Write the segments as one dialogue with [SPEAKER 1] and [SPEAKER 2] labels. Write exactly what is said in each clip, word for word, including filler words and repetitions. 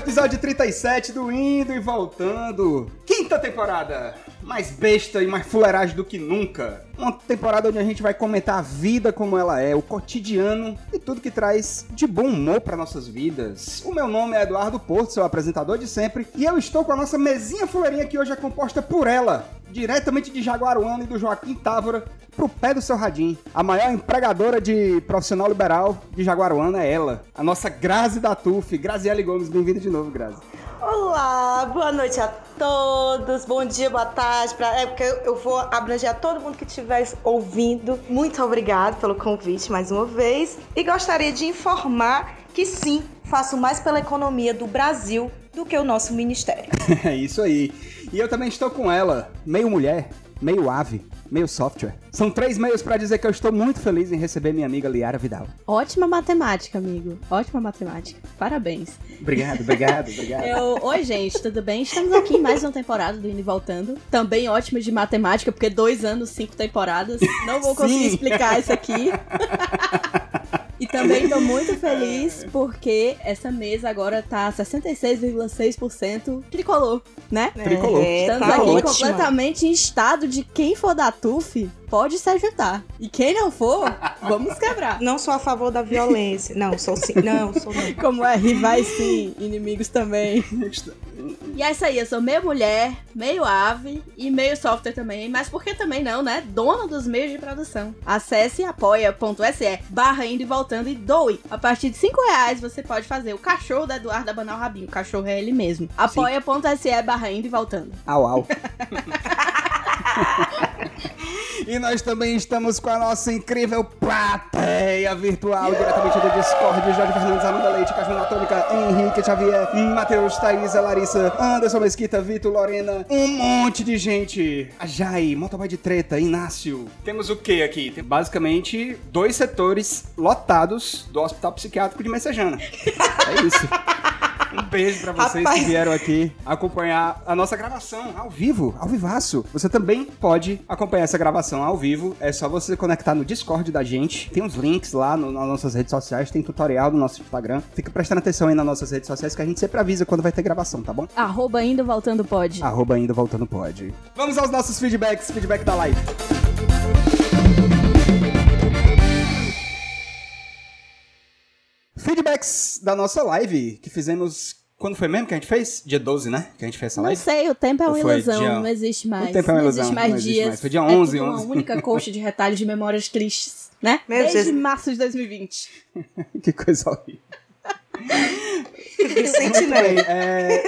[SPEAKER 1] episódio trinta e sete do Indo e Voltando. Quinta temporada. Mais besta e mais fuleiragem do que nunca. Uma temporada onde a gente vai comentar a vida como ela é, o cotidiano e tudo que traz de bom humor para nossas vidas. O meu nome é Eduardo Porto, seu apresentador de sempre, e eu estou com a nossa mesinha fuleirinha que hoje é composta por ela, diretamente de Jaguaruana e do Joaquim Távora, pro pé do seu radinho. A maior empregadora de profissional liberal de Jaguaruana é ela, a nossa Grazi da T U F, Graziele Gomes. Bem-vinda de novo, Grazi.
[SPEAKER 2] Olá, boa noite a todos, bom dia, boa tarde, pra... é porque eu vou abranger a todo mundo que estiver ouvindo. Muito obrigado pelo convite mais uma vez e gostaria de informar que sim, faço mais pela economia do Brasil do que o nosso ministério.
[SPEAKER 1] É isso aí. E eu também estou com ela, meio mulher, meio ave, meio software. São três meios para dizer que eu estou muito feliz em receber minha amiga Liara Vidal.
[SPEAKER 3] Ótima matemática, amigo. Ótima matemática. Parabéns.
[SPEAKER 1] Obrigado, obrigado, obrigado.
[SPEAKER 3] Eu... Oi, gente, tudo bem? Estamos aqui em mais uma temporada do Indo e Voltando. Também ótima de matemática, porque dois anos, cinco temporadas. Não vou conseguir
[SPEAKER 1] Sim.
[SPEAKER 3] explicar isso aqui. E também tô muito feliz porque essa mesa agora tá sessenta e seis vírgula seis por cento tricolor, né?
[SPEAKER 1] Tricolor.
[SPEAKER 2] É,
[SPEAKER 3] Estamos
[SPEAKER 2] tá
[SPEAKER 3] aqui
[SPEAKER 2] ótima.
[SPEAKER 3] completamente em estado de quem for da T U F pode se ajudar. E quem não for, vamos quebrar.
[SPEAKER 2] Não sou a favor da violência. Não, sou sim. Não, sou não.
[SPEAKER 3] Como é, rivais sim, inimigos também. E é isso aí, eu sou meio mulher, meio ave e meio software também. Mas por que também não, né? Dona dos meios de produção. Acesse apoia.se barra indo e voltando e doe. A partir de cinco reais você pode fazer o cachorro da Eduardo abanar o rabinho. O cachorro é ele mesmo. Apoia.se barra indo e voltando.
[SPEAKER 1] Au, au. E nós também estamos com a nossa incrível plateia virtual, diretamente do Discord, Jorge Fernandes, Amanda Leite, Caju Atômica, Henrique Xavier, Matheus, Thaísa, Larissa, Anderson Mesquita, Vitor, Lorena, um monte de gente. A Jai, Motoboy de Treta, Inácio. Temos o que aqui? Tem basicamente dois setores lotados do Hospital Psiquiátrico de Messejana. É isso. Um beijo pra vocês
[SPEAKER 2] Rapaz.
[SPEAKER 1] que vieram aqui acompanhar a nossa gravação ao vivo, ao vivaço. Você também pode acompanhar essa gravação ao vivo. É só você conectar no Discord da gente. Tem uns links lá no, nas nossas redes sociais, tem tutorial no nosso Instagram. Fica prestando atenção aí nas nossas redes sociais que a gente sempre avisa quando vai ter gravação, tá bom?
[SPEAKER 3] Arroba indo voltando pode.
[SPEAKER 1] Arroba indo voltando pode. Vamos aos nossos feedbacks, feedback da live. Feedbacks da nossa live, que fizemos... Quando foi mesmo que a gente fez? Dia doze, né? Que a gente fez essa
[SPEAKER 3] Não
[SPEAKER 1] live?
[SPEAKER 3] sei, o tempo é
[SPEAKER 1] Ou
[SPEAKER 3] uma
[SPEAKER 1] foi
[SPEAKER 3] ilusão,
[SPEAKER 1] dia-
[SPEAKER 3] não existe mais.
[SPEAKER 1] O tempo é uma
[SPEAKER 3] não
[SPEAKER 1] ilusão,
[SPEAKER 3] existe mais
[SPEAKER 1] não existe
[SPEAKER 3] dias.
[SPEAKER 1] mais. Foi dia onze,
[SPEAKER 3] é tudo
[SPEAKER 1] onze.
[SPEAKER 3] uma única coxa de retalhos de memórias tristes, né?
[SPEAKER 2] Meu
[SPEAKER 3] Desde
[SPEAKER 2] Deus.
[SPEAKER 3] março de dois mil e vinte.
[SPEAKER 1] Que coisa horrível.
[SPEAKER 2] Vicente
[SPEAKER 1] Bem,
[SPEAKER 2] Ney.
[SPEAKER 1] é...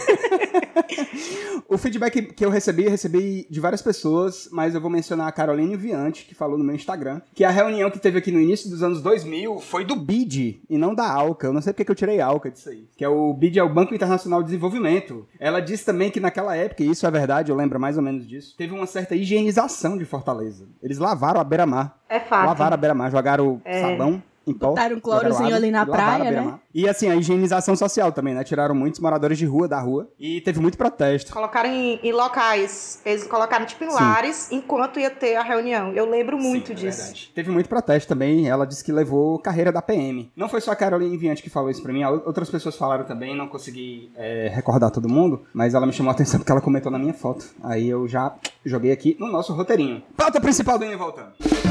[SPEAKER 1] O feedback que eu recebi, eu recebi de várias pessoas, mas eu vou mencionar a Caroline Viante, que falou no meu Instagram, que a reunião que teve aqui no início dos anos dois mil foi do B I D e não da ALCA. Eu não sei porque que eu tirei ALCA disso aí. Que é o B I D, é o Banco Internacional de Desenvolvimento. Ela disse também que naquela época, e isso é verdade, eu lembro mais ou menos disso, teve uma certa higienização de Fortaleza. Eles lavaram a beira-mar.
[SPEAKER 2] É fato.
[SPEAKER 1] Lavaram a beira-mar, jogaram
[SPEAKER 2] É.
[SPEAKER 1] sabão em pó.
[SPEAKER 3] Botaram um
[SPEAKER 1] jogaram
[SPEAKER 3] clorozinho
[SPEAKER 1] água
[SPEAKER 3] ali na
[SPEAKER 1] e lavaram a
[SPEAKER 3] praia,
[SPEAKER 1] beira-mar.
[SPEAKER 3] né?
[SPEAKER 1] E assim, a higienização social também, né? Tiraram muitos moradores de rua da rua e teve muito protesto.
[SPEAKER 2] Colocaram em, em locais, eles colocaram tipo em
[SPEAKER 1] Sim.
[SPEAKER 2] lares, enquanto ia ter a reunião. Eu lembro muito
[SPEAKER 1] Sim, é
[SPEAKER 2] disso.
[SPEAKER 1] verdade. Teve muito protesto também, ela disse que levou carreira da P M. Não foi só a Caroline Viante que falou isso pra mim, outras pessoas falaram também, não consegui é, recordar todo mundo, mas ela me chamou a atenção porque ela comentou na minha foto. Aí eu já joguei aqui no nosso roteirinho. Pauta principal do Indo e Voltando.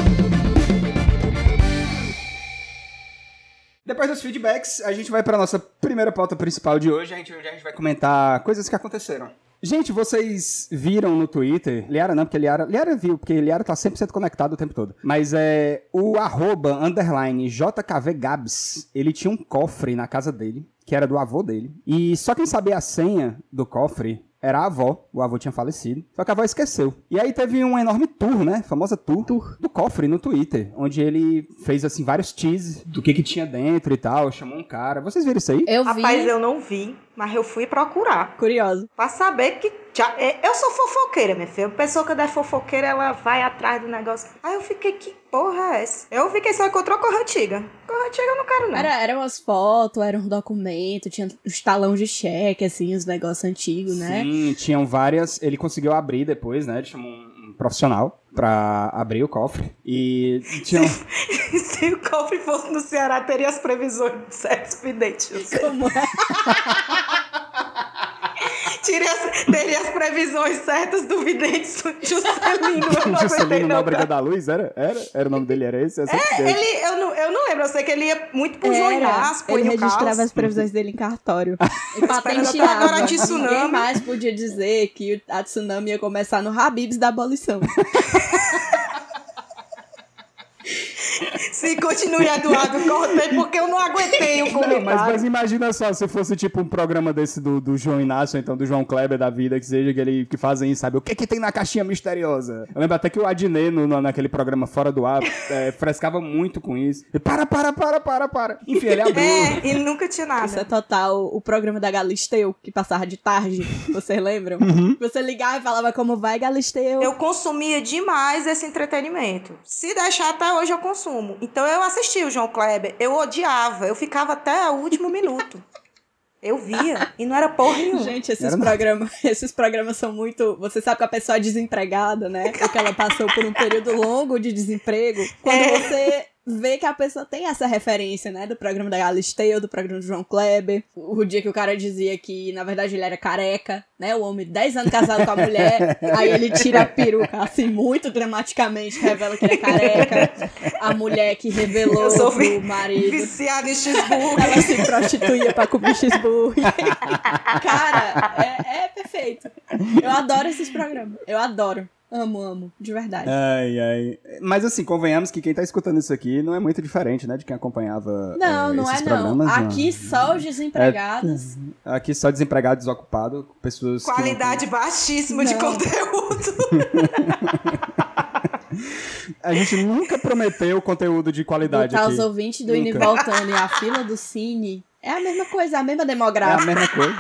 [SPEAKER 1] Depois dos feedbacks, a gente vai para nossa primeira pauta principal de hoje. A gente, a gente vai comentar coisas que aconteceram. Gente, vocês viram no Twitter... Liara não, porque Liara... Liara viu, porque Liara tá cem por cento conectado o tempo todo. Mas é... O arroba, underline, J K V Gabs, ele tinha um cofre na casa dele, que era do avô dele. E só quem sabia a senha do cofre... era a avó, o avô tinha falecido, só que a avó esqueceu. E aí teve um enorme tour, né, famosa tour, tour do cofre no Twitter, onde ele fez, assim, vários teases do que que tinha dentro e tal, chamou um cara. Vocês viram isso aí?
[SPEAKER 3] Eu vi.
[SPEAKER 2] Rapaz, eu não vi, mas eu fui procurar.
[SPEAKER 3] Curioso.
[SPEAKER 2] Pra saber que... Já, é, eu sou fofoqueira, minha filha. A pessoa que é fofoqueira, ela vai atrás do negócio. Aí eu fiquei, que porra é essa? Eu fiquei só encontrou cor antiga. Cor antiga eu não quero, não.
[SPEAKER 3] Era, eram umas fotos, era um documento, tinha os talões de cheque, assim, os negócios antigos, né?
[SPEAKER 1] Sim, tinham várias. Ele conseguiu abrir depois, né? Ele chamou um profissional pra abrir o cofre. E tinham...
[SPEAKER 2] Se o cofre fosse no Ceará, teria as previsões de certos videntes.
[SPEAKER 3] Como é?
[SPEAKER 2] tirei as, teria as previsões certas do vidente Juscelino. Eu não
[SPEAKER 1] Juscelino
[SPEAKER 2] não,
[SPEAKER 1] Nóbrega da Luz, era? Era? Era o nome dele, era esse? Eu sei que
[SPEAKER 2] É, ele, eu não, eu não lembro, eu sei que ele ia muito pro João
[SPEAKER 3] Era,
[SPEAKER 2] Inácio,
[SPEAKER 3] ele
[SPEAKER 2] no
[SPEAKER 3] registrava
[SPEAKER 2] caos.
[SPEAKER 3] as previsões dele em cartório. E
[SPEAKER 2] Esperando até
[SPEAKER 3] patenteava.
[SPEAKER 2] agora de tsunami.
[SPEAKER 3] Ninguém mais podia dizer que a tsunami ia começar no Habib's da abolição.
[SPEAKER 2] Se continue, Eduardo, cortei porque eu não aguentei o comentário.
[SPEAKER 1] Não, mas, mas imagina só, se fosse tipo um programa desse do, do João Inácio, então do João Kleber da vida, que seja que, ele, que fazem isso, sabe? O que que tem na caixinha misteriosa? Eu lembro até que o Adnet, no, no, naquele programa Fora do Ar, é, frescava muito com isso. E para, para, para, para, para. Enfim, ele abriu.
[SPEAKER 2] É, e nunca tinha nada.
[SPEAKER 3] Isso é total o programa da Galisteu, que passava de tarde, vocês lembram?
[SPEAKER 1] Uhum.
[SPEAKER 3] Você ligava e falava como vai, Galisteu.
[SPEAKER 2] Eu consumia demais esse entretenimento. Se deixar, até hoje eu consumo. Então eu assisti o João Kleber, eu odiava, eu ficava até o último minuto. Eu via, e não era porra nenhuma.
[SPEAKER 3] Gente, esses programas, esses programas são muito... Você sabe que a pessoa é desempregada, né? Porque ela passou por um período longo de desemprego. Quando
[SPEAKER 2] É.
[SPEAKER 3] você vê que a pessoa tem essa referência, né? Do programa da Galisteu, do programa do João Kleber. O dia que o cara dizia que, na verdade, ele era careca, né? O homem, dez anos casado com a mulher. Aí ele tira a peruca, assim, muito dramaticamente, revela que ele é careca. A mulher que revelou
[SPEAKER 2] Eu sou
[SPEAKER 3] pro
[SPEAKER 2] vi-
[SPEAKER 3] marido...
[SPEAKER 2] viciada em cheeseburger.
[SPEAKER 3] Ela se prostituía pra comer cheeseburger. Cara, é, é perfeito. Eu adoro esses programas. Eu adoro. Amo, amo. De verdade.
[SPEAKER 1] Ai, ai. Mas assim, convenhamos que quem tá escutando isso aqui não é muito diferente, né? De quem acompanhava
[SPEAKER 3] Não,
[SPEAKER 1] é,
[SPEAKER 3] não
[SPEAKER 1] esses
[SPEAKER 3] é não.
[SPEAKER 1] programas.
[SPEAKER 3] Aqui só os desempregados.
[SPEAKER 1] Aqui só desempregado, desocupado, pessoas
[SPEAKER 2] Qualidade
[SPEAKER 1] que
[SPEAKER 2] baixíssima de
[SPEAKER 3] Não.
[SPEAKER 2] conteúdo.
[SPEAKER 1] não... A gente nunca prometeu conteúdo de qualidade
[SPEAKER 3] Botar
[SPEAKER 1] aqui.
[SPEAKER 3] os ouvintes do
[SPEAKER 1] Nunca.
[SPEAKER 3] Indo e Voltando e a fila do Cine. É a mesma coisa, a mesma
[SPEAKER 1] É a
[SPEAKER 3] demográfica.
[SPEAKER 1] mesma coisa.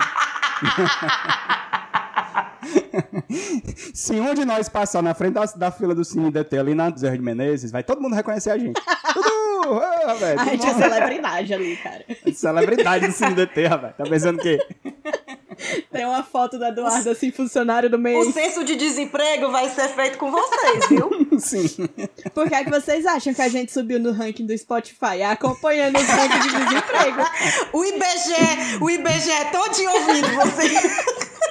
[SPEAKER 1] Se um de nós passar na frente da, da fila do Cine D T ali na Zé de Menezes, vai todo mundo reconhecer a gente. Tudo! Ah, velho,
[SPEAKER 3] A
[SPEAKER 1] tudo
[SPEAKER 3] gente é
[SPEAKER 1] bom?
[SPEAKER 3] celebridade ali, cara.
[SPEAKER 1] Celebridade do Cine D T, rapaz. Tá pensando o quê?
[SPEAKER 3] Tem uma foto do Eduardo, assim, funcionário do
[SPEAKER 2] O
[SPEAKER 3] mês.
[SPEAKER 2] censo de desemprego vai ser feito com vocês, viu?
[SPEAKER 1] Sim.
[SPEAKER 3] Por que é que vocês acham que a gente subiu no ranking do Spotify? Acompanhando os rankings de desemprego.
[SPEAKER 2] O I B G E, o I B G E todinho ouvindo você.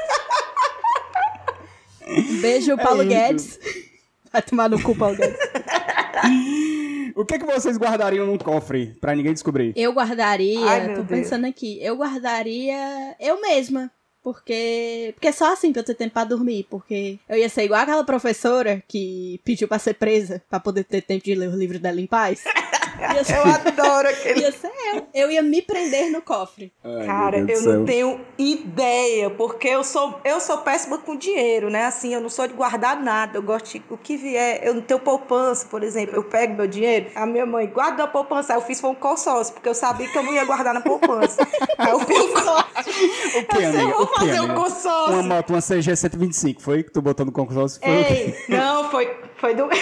[SPEAKER 3] Beijo, Paulo
[SPEAKER 1] isso.
[SPEAKER 3] Guedes. Vai tomar no cu, Paulo Guedes.
[SPEAKER 1] O que, que vocês guardariam num cofre pra ninguém descobrir?
[SPEAKER 3] Eu guardaria,
[SPEAKER 2] Ai, meu
[SPEAKER 3] tô
[SPEAKER 2] Deus.
[SPEAKER 3] pensando aqui, eu guardaria eu mesma. Porque, porque é só assim pra eu ter tempo pra dormir. Porque eu ia ser igual aquela professora que pediu pra ser presa pra poder ter tempo de ler os livros dela em paz. Ia ser,
[SPEAKER 2] Eu adoro aquele.
[SPEAKER 3] ia ser eu. Eu ia me prender no cofre.
[SPEAKER 1] Ai,
[SPEAKER 2] Cara,
[SPEAKER 1] meu Deus
[SPEAKER 2] eu
[SPEAKER 1] do
[SPEAKER 2] não
[SPEAKER 1] céu.
[SPEAKER 2] tenho ideia, porque eu sou, eu sou péssima com dinheiro, né? Assim, eu não sou de guardar nada. Eu gosto de o que vier. Eu não tenho poupança, por exemplo. Eu pego meu dinheiro, a minha mãe guarda a poupança. Aí eu fiz foi um consórcio, porque eu sabia que eu não ia guardar na poupança. Aí eu fiz um consórcio.
[SPEAKER 1] O que,
[SPEAKER 2] Eu
[SPEAKER 1] amiga?
[SPEAKER 2] vou
[SPEAKER 1] O que,
[SPEAKER 2] fazer um
[SPEAKER 1] amiga?
[SPEAKER 2] consórcio.
[SPEAKER 1] Uma moto, uma C G cento e vinte e cinco, foi que tu botou no consórcio? Foi o quê?
[SPEAKER 2] Ei, não, foi, foi do...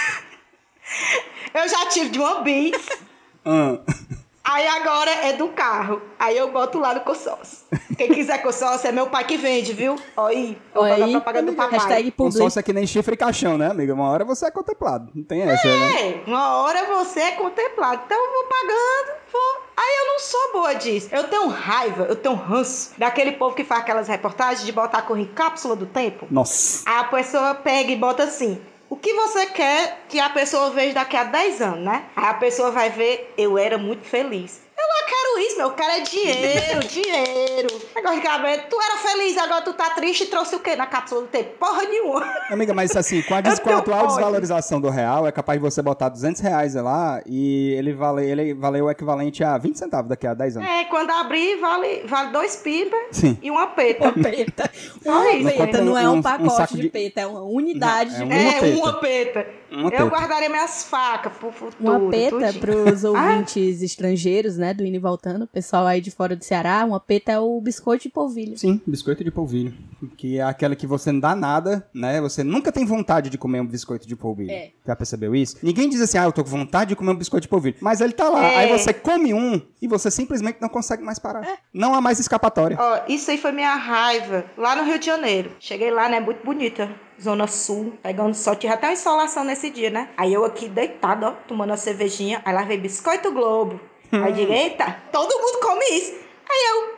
[SPEAKER 2] Eu já tive de uma bis.
[SPEAKER 1] Ah.
[SPEAKER 2] Aí agora é do carro. Aí eu boto lá no consórcio. Quem quiser consórcio é meu pai que vende, viu? Ó aí,
[SPEAKER 3] Olha
[SPEAKER 2] a
[SPEAKER 3] aí,
[SPEAKER 2] propaganda do papai.
[SPEAKER 3] hashtag publi.
[SPEAKER 1] Consórcio é que nem chifre e caixão, né, amiga? Uma hora você é contemplado. Não tem essa, né?
[SPEAKER 2] É, uma hora você é contemplado. Então eu vou pagando, vou. Aí eu não sou boa disso. Eu tenho raiva, eu tenho ranço daquele povo que faz aquelas reportagens de botar a cor em cápsula do tempo.
[SPEAKER 1] Nossa.
[SPEAKER 2] Aí a pessoa pega e bota assim: o que você quer que a pessoa veja daqui a dez anos, né? Aí a pessoa vai ver: eu era muito feliz. Eu não quero isso, meu. Eu quero é dinheiro, dinheiro. Negócio de cabelo. Tu era feliz, agora tu tá triste e trouxe o quê na cápsula do tempo? Porra nenhuma.
[SPEAKER 1] Amiga, mas assim, com a, des-
[SPEAKER 2] Eu
[SPEAKER 1] com a
[SPEAKER 2] tenho
[SPEAKER 1] atual
[SPEAKER 2] ódio.
[SPEAKER 1] desvalorização do real, é capaz de você botar duzentos reais lá e ele vale, ele vale o equivalente a vinte centavos daqui a dez anos.
[SPEAKER 2] É, quando abrir, vale, vale dois piba
[SPEAKER 1] Sim.
[SPEAKER 2] e uma peta.
[SPEAKER 3] Uma peta.
[SPEAKER 2] Só
[SPEAKER 3] Uma
[SPEAKER 2] isso.
[SPEAKER 3] peta não é
[SPEAKER 1] Um-
[SPEAKER 3] um
[SPEAKER 1] um
[SPEAKER 3] pacote
[SPEAKER 1] saco
[SPEAKER 3] de...
[SPEAKER 1] de-
[SPEAKER 3] peta, é uma unidade
[SPEAKER 1] Não,
[SPEAKER 3] de
[SPEAKER 1] é
[SPEAKER 3] peta.
[SPEAKER 2] É,
[SPEAKER 1] peta.
[SPEAKER 2] uma peta.
[SPEAKER 1] Uma
[SPEAKER 2] Eu
[SPEAKER 1] peta.
[SPEAKER 2] guardaria minhas facas pro futuro.
[SPEAKER 3] Uma peta
[SPEAKER 2] tudinho.
[SPEAKER 3] pros ouvintes estrangeiros, né, do Indo e Voltando, o pessoal aí de fora do Ceará, uma peta é o biscoito de polvilho.
[SPEAKER 1] Sim, biscoito de polvilho. Que é aquela que você não dá nada, né? Você nunca tem vontade de comer um biscoito de polvilho.
[SPEAKER 3] É.
[SPEAKER 1] Já percebeu isso? Ninguém diz assim, ah, eu tô com vontade de comer um biscoito de polvilho. Mas ele tá lá.
[SPEAKER 2] É.
[SPEAKER 1] Aí você come um e você simplesmente não consegue mais parar. Não há mais escapatória.
[SPEAKER 2] Ó, isso aí foi minha raiva lá no Rio de Janeiro. Cheguei lá, né? Muito bonita. Zona Sul, pegando sol. Tive até uma insolação nesse dia, né? Aí eu aqui deitada, ó, tomando uma cervejinha. Aí lá veio Biscoito Globo. Aí eu digo, eita, todo mundo come isso. Aí eu,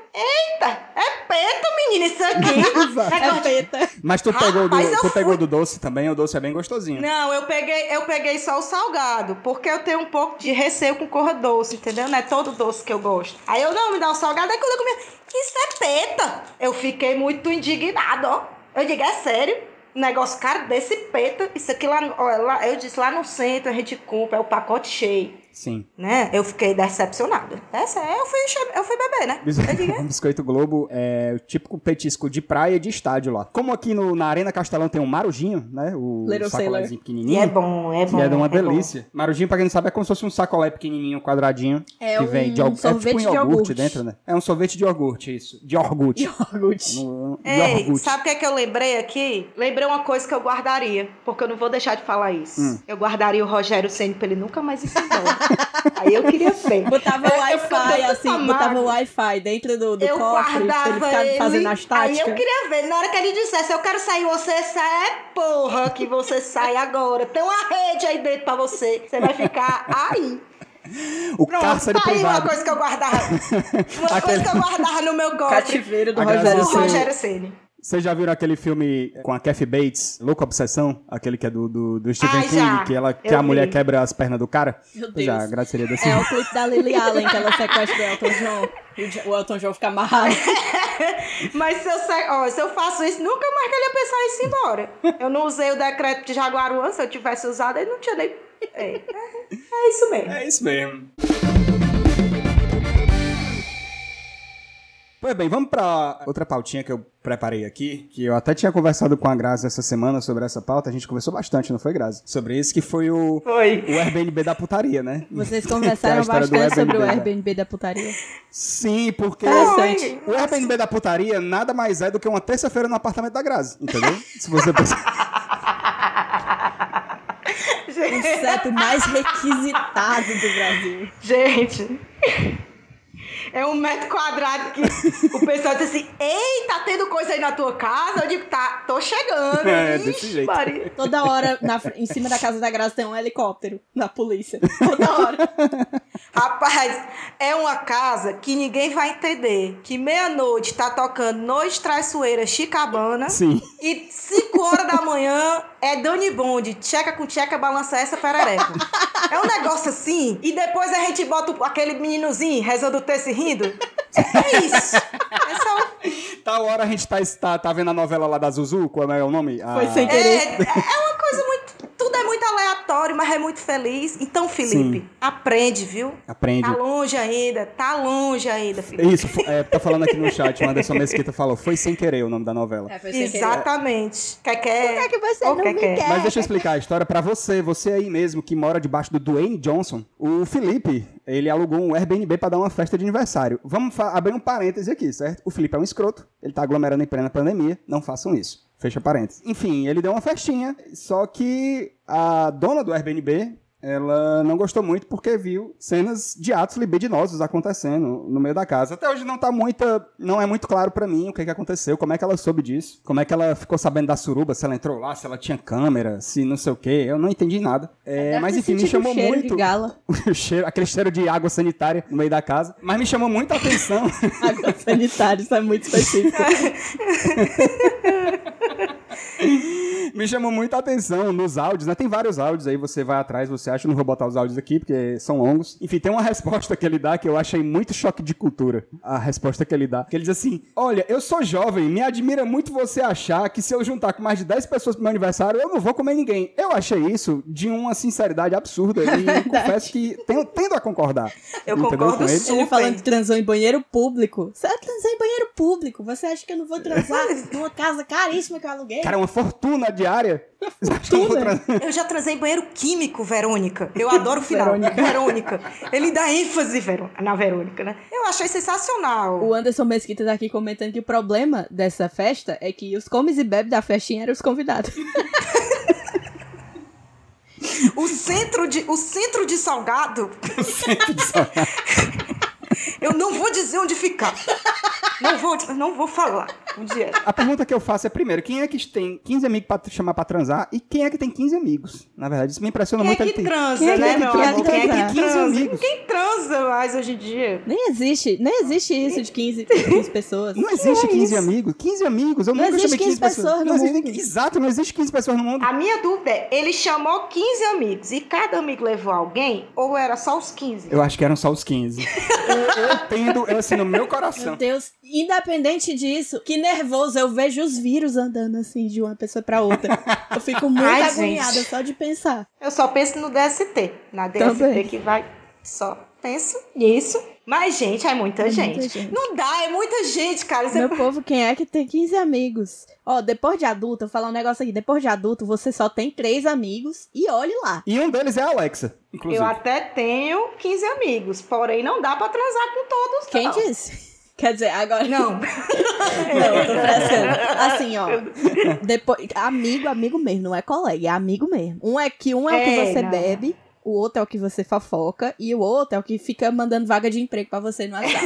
[SPEAKER 2] eita, é peta, menina, isso aqui.
[SPEAKER 3] É peta.
[SPEAKER 1] Mas tu pegou, do,
[SPEAKER 2] Rapaz, eu
[SPEAKER 1] tu pegou
[SPEAKER 2] fui-
[SPEAKER 1] do doce também, o doce é bem gostosinho.
[SPEAKER 2] Não, eu peguei, eu peguei só o salgado, porque eu tenho um pouco de receio com cor doce, entendeu? Não é todo doce que eu gosto. Aí eu, não, me dá o salgado, aí quando eu comi, isso é peta. Eu fiquei muito indignada, ó. Eu digo, é sério? Um negócio caro desse peta, isso aqui lá, ó, lá, eu disse, lá no centro a gente compra, é o pacote cheio,
[SPEAKER 1] Sim.
[SPEAKER 2] né? Eu fiquei decepcionada. Essa é, eu fui, eu fui beber, né?
[SPEAKER 1] Bis-
[SPEAKER 2] Eu digo, é.
[SPEAKER 1] Biscoito Globo é o típico petisco de praia e de estádio lá. Como aqui no, na Arena Castelão tem um marujinho, né? O
[SPEAKER 3] Little
[SPEAKER 1] sacolézinho
[SPEAKER 2] E
[SPEAKER 1] pequenininho.
[SPEAKER 2] é bom, é bom.
[SPEAKER 1] Que é de uma
[SPEAKER 2] é bom.
[SPEAKER 1] delícia. Marujinho, pra quem não sabe, é como se fosse um sacolé pequenininho, quadradinho.
[SPEAKER 3] É
[SPEAKER 1] que
[SPEAKER 3] um
[SPEAKER 1] vem de iogurte. É
[SPEAKER 3] sorvete
[SPEAKER 1] tipo um
[SPEAKER 3] de
[SPEAKER 1] iogurte,
[SPEAKER 3] iogurte.
[SPEAKER 1] dentro, né? É um sorvete de iogurte, isso. De iogurte.
[SPEAKER 3] Iogurte.
[SPEAKER 1] No-
[SPEAKER 2] Ei,
[SPEAKER 1] iogurte.
[SPEAKER 2] sabe o que é que eu lembrei aqui? Lembrei uma coisa que eu guardaria, porque eu não vou deixar de falar isso.
[SPEAKER 1] Hum.
[SPEAKER 2] Eu guardaria o Rogério Ceni pra ele nunca mais ir embora. Aí eu queria ver.
[SPEAKER 3] Botava o
[SPEAKER 2] Eu- eu fico
[SPEAKER 3] Wi-Fi,
[SPEAKER 2] tão
[SPEAKER 3] assim,
[SPEAKER 2] amada.
[SPEAKER 3] botava o Wi-Fi dentro do, do
[SPEAKER 2] Eu
[SPEAKER 3] cofre, pra ele
[SPEAKER 2] guardava
[SPEAKER 3] ficar
[SPEAKER 2] ele,
[SPEAKER 3] fazendo as
[SPEAKER 2] aí
[SPEAKER 3] táticas.
[SPEAKER 2] eu queria ver, na hora que ele dissesse, eu quero sair, você sai, é porra que você sai agora. Tem uma rede aí dentro pra você, você vai ficar aí.
[SPEAKER 1] O
[SPEAKER 2] Pronto,
[SPEAKER 1] cárcere
[SPEAKER 2] tá aí uma
[SPEAKER 1] privado.
[SPEAKER 2] coisa que eu guardava. Uma
[SPEAKER 1] Aquele-
[SPEAKER 2] coisa que eu guardava no meu cofre.
[SPEAKER 3] Cativeiro do
[SPEAKER 1] A
[SPEAKER 3] Rogério
[SPEAKER 1] Grazi
[SPEAKER 2] O
[SPEAKER 1] Ceni.
[SPEAKER 2] Rogério Ceni.
[SPEAKER 1] Vocês já viram aquele filme com a Kathy Bates, Louca Obsessão? Aquele que é do, do, do Stephen
[SPEAKER 2] Ah,
[SPEAKER 1] King,
[SPEAKER 2] já.
[SPEAKER 1] que, ela, que
[SPEAKER 2] Eu
[SPEAKER 1] a mulher
[SPEAKER 2] vi.
[SPEAKER 1] quebra as pernas do cara?
[SPEAKER 3] Meu
[SPEAKER 1] Pois é,
[SPEAKER 3] Deus.
[SPEAKER 1] a graça seria desse
[SPEAKER 3] É o clipe da Lily Allen, que ela sequestra o Elton John. E o Jo- o Elton John fica amarrado.
[SPEAKER 2] Mas se eu, sa... Ó, se eu faço isso, nunca mais que ele ia pensar isso embora. Eu não usei o decreto de Jaguaruã, se eu tivesse usado, ele não tinha nem... É, é, é isso mesmo.
[SPEAKER 1] É isso mesmo. Pois bem, vamos pra outra pautinha que eu preparei aqui, que eu até tinha conversado com a Grazi essa semana sobre essa pauta, a gente conversou bastante, não foi, Grazi? Sobre isso, que foi o,
[SPEAKER 2] Foi.
[SPEAKER 1] o Airbnb da putaria, né?
[SPEAKER 3] Vocês
[SPEAKER 1] Que é a
[SPEAKER 3] conversaram
[SPEAKER 1] história do
[SPEAKER 3] bastante sobre o
[SPEAKER 1] né?
[SPEAKER 3] Airbnb da putaria.
[SPEAKER 1] Sim, porque
[SPEAKER 3] Interessante.
[SPEAKER 1] o Airbnb da putaria nada mais é do que uma terça-feira no apartamento da Grazi, entendeu? Se você pensar...
[SPEAKER 3] O seto mais requisitado do Brasil.
[SPEAKER 2] Gente... É um metro quadrado que o pessoal diz assim, ei, tá tendo coisa aí na tua casa? Eu digo, tá, tô chegando.
[SPEAKER 1] É,
[SPEAKER 2] Ixi,
[SPEAKER 1] desse jeito.
[SPEAKER 2] Maria.
[SPEAKER 3] Toda hora, na fr- em cima da casa da Graça tem um helicóptero na polícia. Toda hora.
[SPEAKER 2] Rapaz, é uma casa que ninguém vai entender. Que meia-noite tá tocando Noite Traiçoeira Chicabana.
[SPEAKER 1] Sim.
[SPEAKER 2] E cinco horas da manhã é Dani Bond, tcheca com tcheca, balança essa perereca. É um negócio assim. E depois a gente bota o- aquele meninozinho rezando o texto e rindo. É isso. É só...
[SPEAKER 1] Tal hora a gente tá, tá, tá vendo a novela lá da Zuzu, qual é o nome?
[SPEAKER 3] Foi
[SPEAKER 1] A-
[SPEAKER 3] sem
[SPEAKER 2] É,
[SPEAKER 3] querer.
[SPEAKER 2] é uma coisa muito... Tudo é muito aleatório, mas é muito feliz. Então, Felipe,
[SPEAKER 1] Sim.
[SPEAKER 2] aprende, viu?
[SPEAKER 1] Aprende.
[SPEAKER 2] Tá longe ainda, tá longe ainda, Felipe.
[SPEAKER 1] Isso, fo- é, tá falando aqui no chat, o Anderson Mesquita falou, foi sem querer o nome da novela.
[SPEAKER 3] É, foi sem querer.
[SPEAKER 2] Exatamente. Quer quer?
[SPEAKER 3] Por que que você
[SPEAKER 2] Ou
[SPEAKER 3] não
[SPEAKER 2] quer
[SPEAKER 3] me
[SPEAKER 2] quer?
[SPEAKER 3] quer?
[SPEAKER 1] Mas deixa eu explicar a história pra você, você aí mesmo que mora debaixo do Dwayne Johnson. O Felipe, ele alugou um Airbnb pra dar uma festa de aniversário. Vamos fa- abrir um parêntese aqui, certo? O Felipe é um escroto, ele tá aglomerando em plena pandemia, não façam isso. Fecha parênteses. Enfim, ele deu uma festinha, só que a dona do Airbnb, ela não gostou muito porque viu cenas de atos libidinosos acontecendo no meio da casa. Até hoje não tá muita, não é muito claro pra mim o que que aconteceu, como é que ela soube disso, como é que ela ficou sabendo da suruba, se ela entrou lá, se ela tinha câmera, se não sei o que, eu não entendi nada. É,
[SPEAKER 3] Deve
[SPEAKER 1] mas
[SPEAKER 3] ter
[SPEAKER 1] enfim, me
[SPEAKER 3] sentido
[SPEAKER 1] chamou
[SPEAKER 3] o cheiro
[SPEAKER 1] muito
[SPEAKER 3] de gala.
[SPEAKER 1] o cheiro, aquele cheiro de água sanitária no meio da casa, mas me chamou muito a atenção.
[SPEAKER 3] Água sanitária, isso é muito específico.
[SPEAKER 1] Me chamou muito a atenção nos áudios, né? Tem vários áudios aí, você vai atrás, você acha, eu não vou botar os áudios aqui porque são longos. Enfim, tem uma resposta que ele dá que eu achei muito choque de cultura. A resposta que ele dá. Que ele diz assim, olha, eu sou jovem, me admira muito você achar que se eu juntar com mais de dez pessoas pro meu aniversário, eu não vou comer ninguém. Eu achei isso de uma sinceridade absurda e confesso que tenho, tendo a concordar.
[SPEAKER 2] Eu
[SPEAKER 1] Entendeu?
[SPEAKER 2] concordo
[SPEAKER 1] Com ele.
[SPEAKER 2] super.
[SPEAKER 3] Ele falando que transou em banheiro público. Você transou em banheiro público? Você acha que eu não vou transar numa casa caríssima que eu aluguei?
[SPEAKER 1] Cara, é uma fortuna diária. Você acha que eu vou
[SPEAKER 3] Fortuna?
[SPEAKER 1] tra-
[SPEAKER 2] Eu já transei em banheiro químico, Verônica. Eu adoro o final.
[SPEAKER 3] Verônica.
[SPEAKER 2] Verônica. Ele dá ênfase Verô- na Verônica, né? Eu achei sensacional.
[SPEAKER 3] O Anderson Mesquita tá aqui comentando que o problema dessa festa é que os comes e bebes da festinha eram os convidados.
[SPEAKER 2] O centro de, o centro de Salgado...
[SPEAKER 1] Centro de saudade.
[SPEAKER 2] Eu não vou dizer onde ficar. Não vou, não vou falar. Um dia.
[SPEAKER 1] A pergunta que eu faço é, primeiro, quem é que tem quinze amigos pra chamar pra transar e quem é que tem quinze amigos? Na verdade, isso me impressiona
[SPEAKER 2] Quem
[SPEAKER 1] muito.
[SPEAKER 2] é que
[SPEAKER 1] ele
[SPEAKER 2] transa,
[SPEAKER 1] quem é que,
[SPEAKER 2] né,
[SPEAKER 1] quem
[SPEAKER 2] meu
[SPEAKER 1] é que,
[SPEAKER 2] amor?
[SPEAKER 1] quem é que
[SPEAKER 2] Quem é
[SPEAKER 1] tem
[SPEAKER 2] que
[SPEAKER 1] quinze
[SPEAKER 2] transa?
[SPEAKER 1] amigos?
[SPEAKER 2] Quem transa mais hoje em dia?
[SPEAKER 3] Nem existe, nem existe isso de quinze, quinze pessoas.
[SPEAKER 1] Não existe
[SPEAKER 2] é
[SPEAKER 1] quinze
[SPEAKER 2] isso?
[SPEAKER 1] amigos. quinze amigos, eu
[SPEAKER 3] Não
[SPEAKER 1] nunca
[SPEAKER 3] existe
[SPEAKER 1] chamei quinze
[SPEAKER 3] quinze pessoas no
[SPEAKER 1] não existe,
[SPEAKER 3] mundo.
[SPEAKER 1] Exato, não existe quinze pessoas no mundo.
[SPEAKER 2] A minha dúvida é, ele chamou quinze amigos e cada amigo levou alguém ou era só os quinze?
[SPEAKER 1] Eu acho que eram só os quinze. eu, eu tendo, eu, assim, no meu coração.
[SPEAKER 3] Meu Deus, independente disso, que nervoso, eu vejo os vírus andando assim de uma pessoa pra outra. Eu fico muito
[SPEAKER 2] Ai,
[SPEAKER 3] agoniada
[SPEAKER 2] gente.
[SPEAKER 3] só de pensar.
[SPEAKER 2] Eu só penso no D S T. Na D S T
[SPEAKER 3] Também.
[SPEAKER 2] que vai... Só penso nisso. Mas, gente, é muita,
[SPEAKER 3] É
[SPEAKER 2] gente.
[SPEAKER 3] muita gente.
[SPEAKER 2] Não dá, é muita gente, cara. Você...
[SPEAKER 3] Meu povo, quem é que tem quinze amigos? Ó, depois de adulto, eu vou falar um negócio aqui. Depois de adulto, você só tem três amigos e olhe lá.
[SPEAKER 1] E um deles é a Alexa, inclusive.
[SPEAKER 2] Eu até tenho quinze amigos, porém não dá pra transar com todos,
[SPEAKER 3] Quem
[SPEAKER 2] não.
[SPEAKER 3] disse? Quer dizer, agora...
[SPEAKER 2] Não.
[SPEAKER 3] Não, eu tô frescando. Assim, ó. Depois, amigo, amigo mesmo, não é colega, é amigo mesmo. Um é que um é o que
[SPEAKER 2] É,
[SPEAKER 3] você
[SPEAKER 2] não.
[SPEAKER 3] bebe, o outro é o que você fofoca, e o outro é o que fica mandando vaga de emprego pra você no WhatsApp.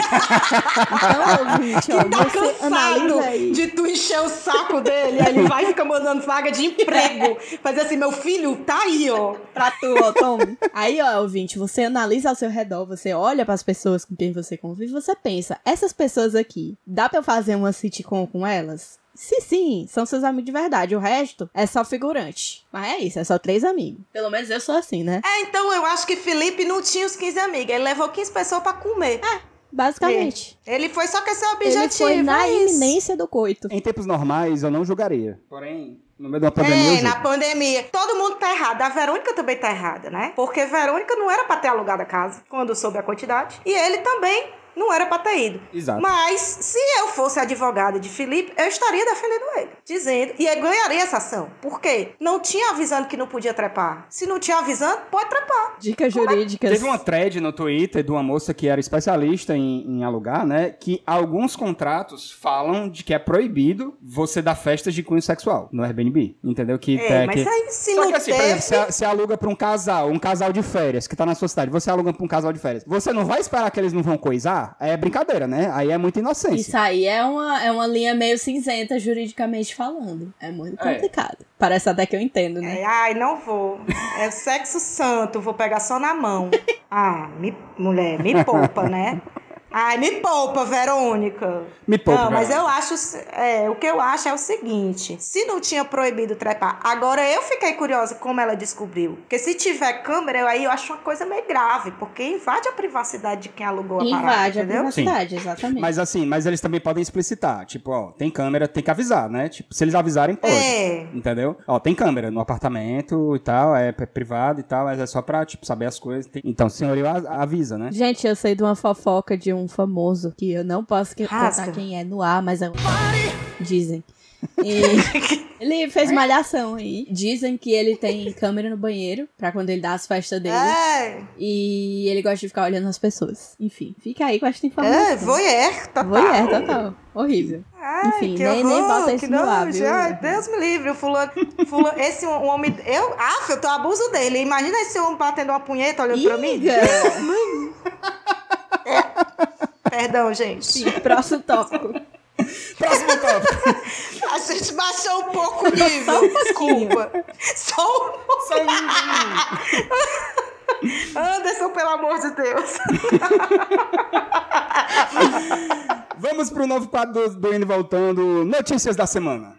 [SPEAKER 3] Então, ouvinte, ó,
[SPEAKER 2] Tá
[SPEAKER 3] você analisa
[SPEAKER 2] cansado
[SPEAKER 3] aí.
[SPEAKER 2] de tu encher o saco dele, aí ele vai ficar mandando vaga de emprego. Fazer assim, meu filho, tá aí, ó.
[SPEAKER 3] Pra tu, ó, tome. Aí, ó, ouvinte, você analisa ao seu redor, você olha pras pessoas com quem você convive, você pensa, essas pessoas aqui, dá pra eu fazer uma sitcom com elas? Se sim, são seus amigos de verdade. O resto é só figurante. Mas é isso, é só três amigos. Pelo menos eu sou assim, né?
[SPEAKER 2] É, então eu acho que Felipe não tinha os quinze amigos. Ele levou quinze pessoas pra comer.
[SPEAKER 3] Basicamente.
[SPEAKER 2] Ele foi só com esse objetivo.
[SPEAKER 3] Ele foi na
[SPEAKER 2] é isso.
[SPEAKER 3] iminência do coito.
[SPEAKER 1] Em tempos normais, eu não julgaria. Porém, no meio de uma pandemia, eu
[SPEAKER 2] É, na
[SPEAKER 1] julgo.
[SPEAKER 2] pandemia. Todo mundo tá errado. A Verônica também tá errada, né? Porque Verônica não era pra ter alugado a casa quando soube a quantidade. E ele também não era pra ter ido.
[SPEAKER 1] Exato.
[SPEAKER 2] Mas, se eu fosse advogada de Felipe, eu estaria defendendo ele. Dizendo, e eu ganharia essa ação. Por quê? Não tinha avisando que não podia trepar. Se não tinha avisando, pode trepar.
[SPEAKER 3] Dicas jurídicas.
[SPEAKER 1] Teve uma thread no Twitter de uma moça que era especialista em, em alugar, né? Que alguns contratos falam de que é proibido você dar festas de cunho sexual no Airbnb. Entendeu? Que,
[SPEAKER 2] É,
[SPEAKER 1] é,
[SPEAKER 2] mas
[SPEAKER 1] que...
[SPEAKER 2] aí se
[SPEAKER 1] Só
[SPEAKER 2] não
[SPEAKER 1] que assim, por
[SPEAKER 2] teve...
[SPEAKER 1] exemplo, você, você aluga pra um casal, um casal de férias que tá na sua cidade, você aluga pra um casal de férias. Você não vai esperar que eles não vão coisar? É brincadeira, né? Aí é muita inocência.
[SPEAKER 3] Isso aí é uma, é uma linha meio cinzenta, juridicamente falando. É muito
[SPEAKER 1] É.
[SPEAKER 3] complicado. Parece até que eu entendo, né?
[SPEAKER 2] É, ai, não vou. É sexo santo, vou pegar só na mão. Ah, me, mulher, me poupa, né? Ai, me poupa, Verônica.
[SPEAKER 1] Me poupa,
[SPEAKER 2] Não, mas
[SPEAKER 1] Verônica.
[SPEAKER 2] eu acho... É, o que eu acho é o seguinte. Se não tinha proibido trepar... Agora, eu fiquei curiosa como ela descobriu. Porque se tiver câmera, eu- aí eu acho uma coisa meio grave. Porque invade a privacidade de quem alugou a parada,
[SPEAKER 3] Invade a
[SPEAKER 2] entendeu?
[SPEAKER 3] privacidade, exatamente.
[SPEAKER 1] Mas assim, mas eles também podem explicitar. Tipo, ó, tem câmera, tem que avisar, né? Tipo, se eles avisarem, pode.
[SPEAKER 2] É.
[SPEAKER 1] Entendeu? Ó, tem câmera no apartamento e tal, é p- privado e tal, mas é só pra, tipo, saber as coisas. Tem- Então, o senhorio a- avisa, né?
[SPEAKER 3] Gente, eu sei de uma fofoca de um famoso, que eu não posso que-
[SPEAKER 2] Rasga.
[SPEAKER 3] contar quem é no ar, mas é um... Dizem. E ele fez malhação aí. Dizem que ele tem câmera no banheiro, pra quando ele dá as festas dele.
[SPEAKER 2] É,
[SPEAKER 3] E ele gosta de ficar olhando as pessoas. Enfim, fica aí com esta informação.
[SPEAKER 2] é, voyeur, total.
[SPEAKER 3] Voyeur, total. Horrível.
[SPEAKER 2] Ai,
[SPEAKER 3] Enfim,
[SPEAKER 2] que
[SPEAKER 3] nem- nem
[SPEAKER 2] horror,
[SPEAKER 3] bota isso
[SPEAKER 2] que
[SPEAKER 3] no ar,
[SPEAKER 2] nojo.
[SPEAKER 3] viu?
[SPEAKER 2] Ai, Deus me livre, o fulano, fulano esse um homem, eu, ah, eu tô abuso dele, imagina esse homem batendo uma punheta olhando pra mim.
[SPEAKER 3] Iga!
[SPEAKER 2] Perdão, gente.
[SPEAKER 3] Sim, próximo tópico.
[SPEAKER 1] Próximo tópico.
[SPEAKER 2] A gente baixou um pouco o nível, desculpa. Só um...
[SPEAKER 1] Só um...
[SPEAKER 2] Anderson, pelo amor de Deus.
[SPEAKER 1] Vamos pro novo quadro do, do Indo e Voltando, Notícias da Semana.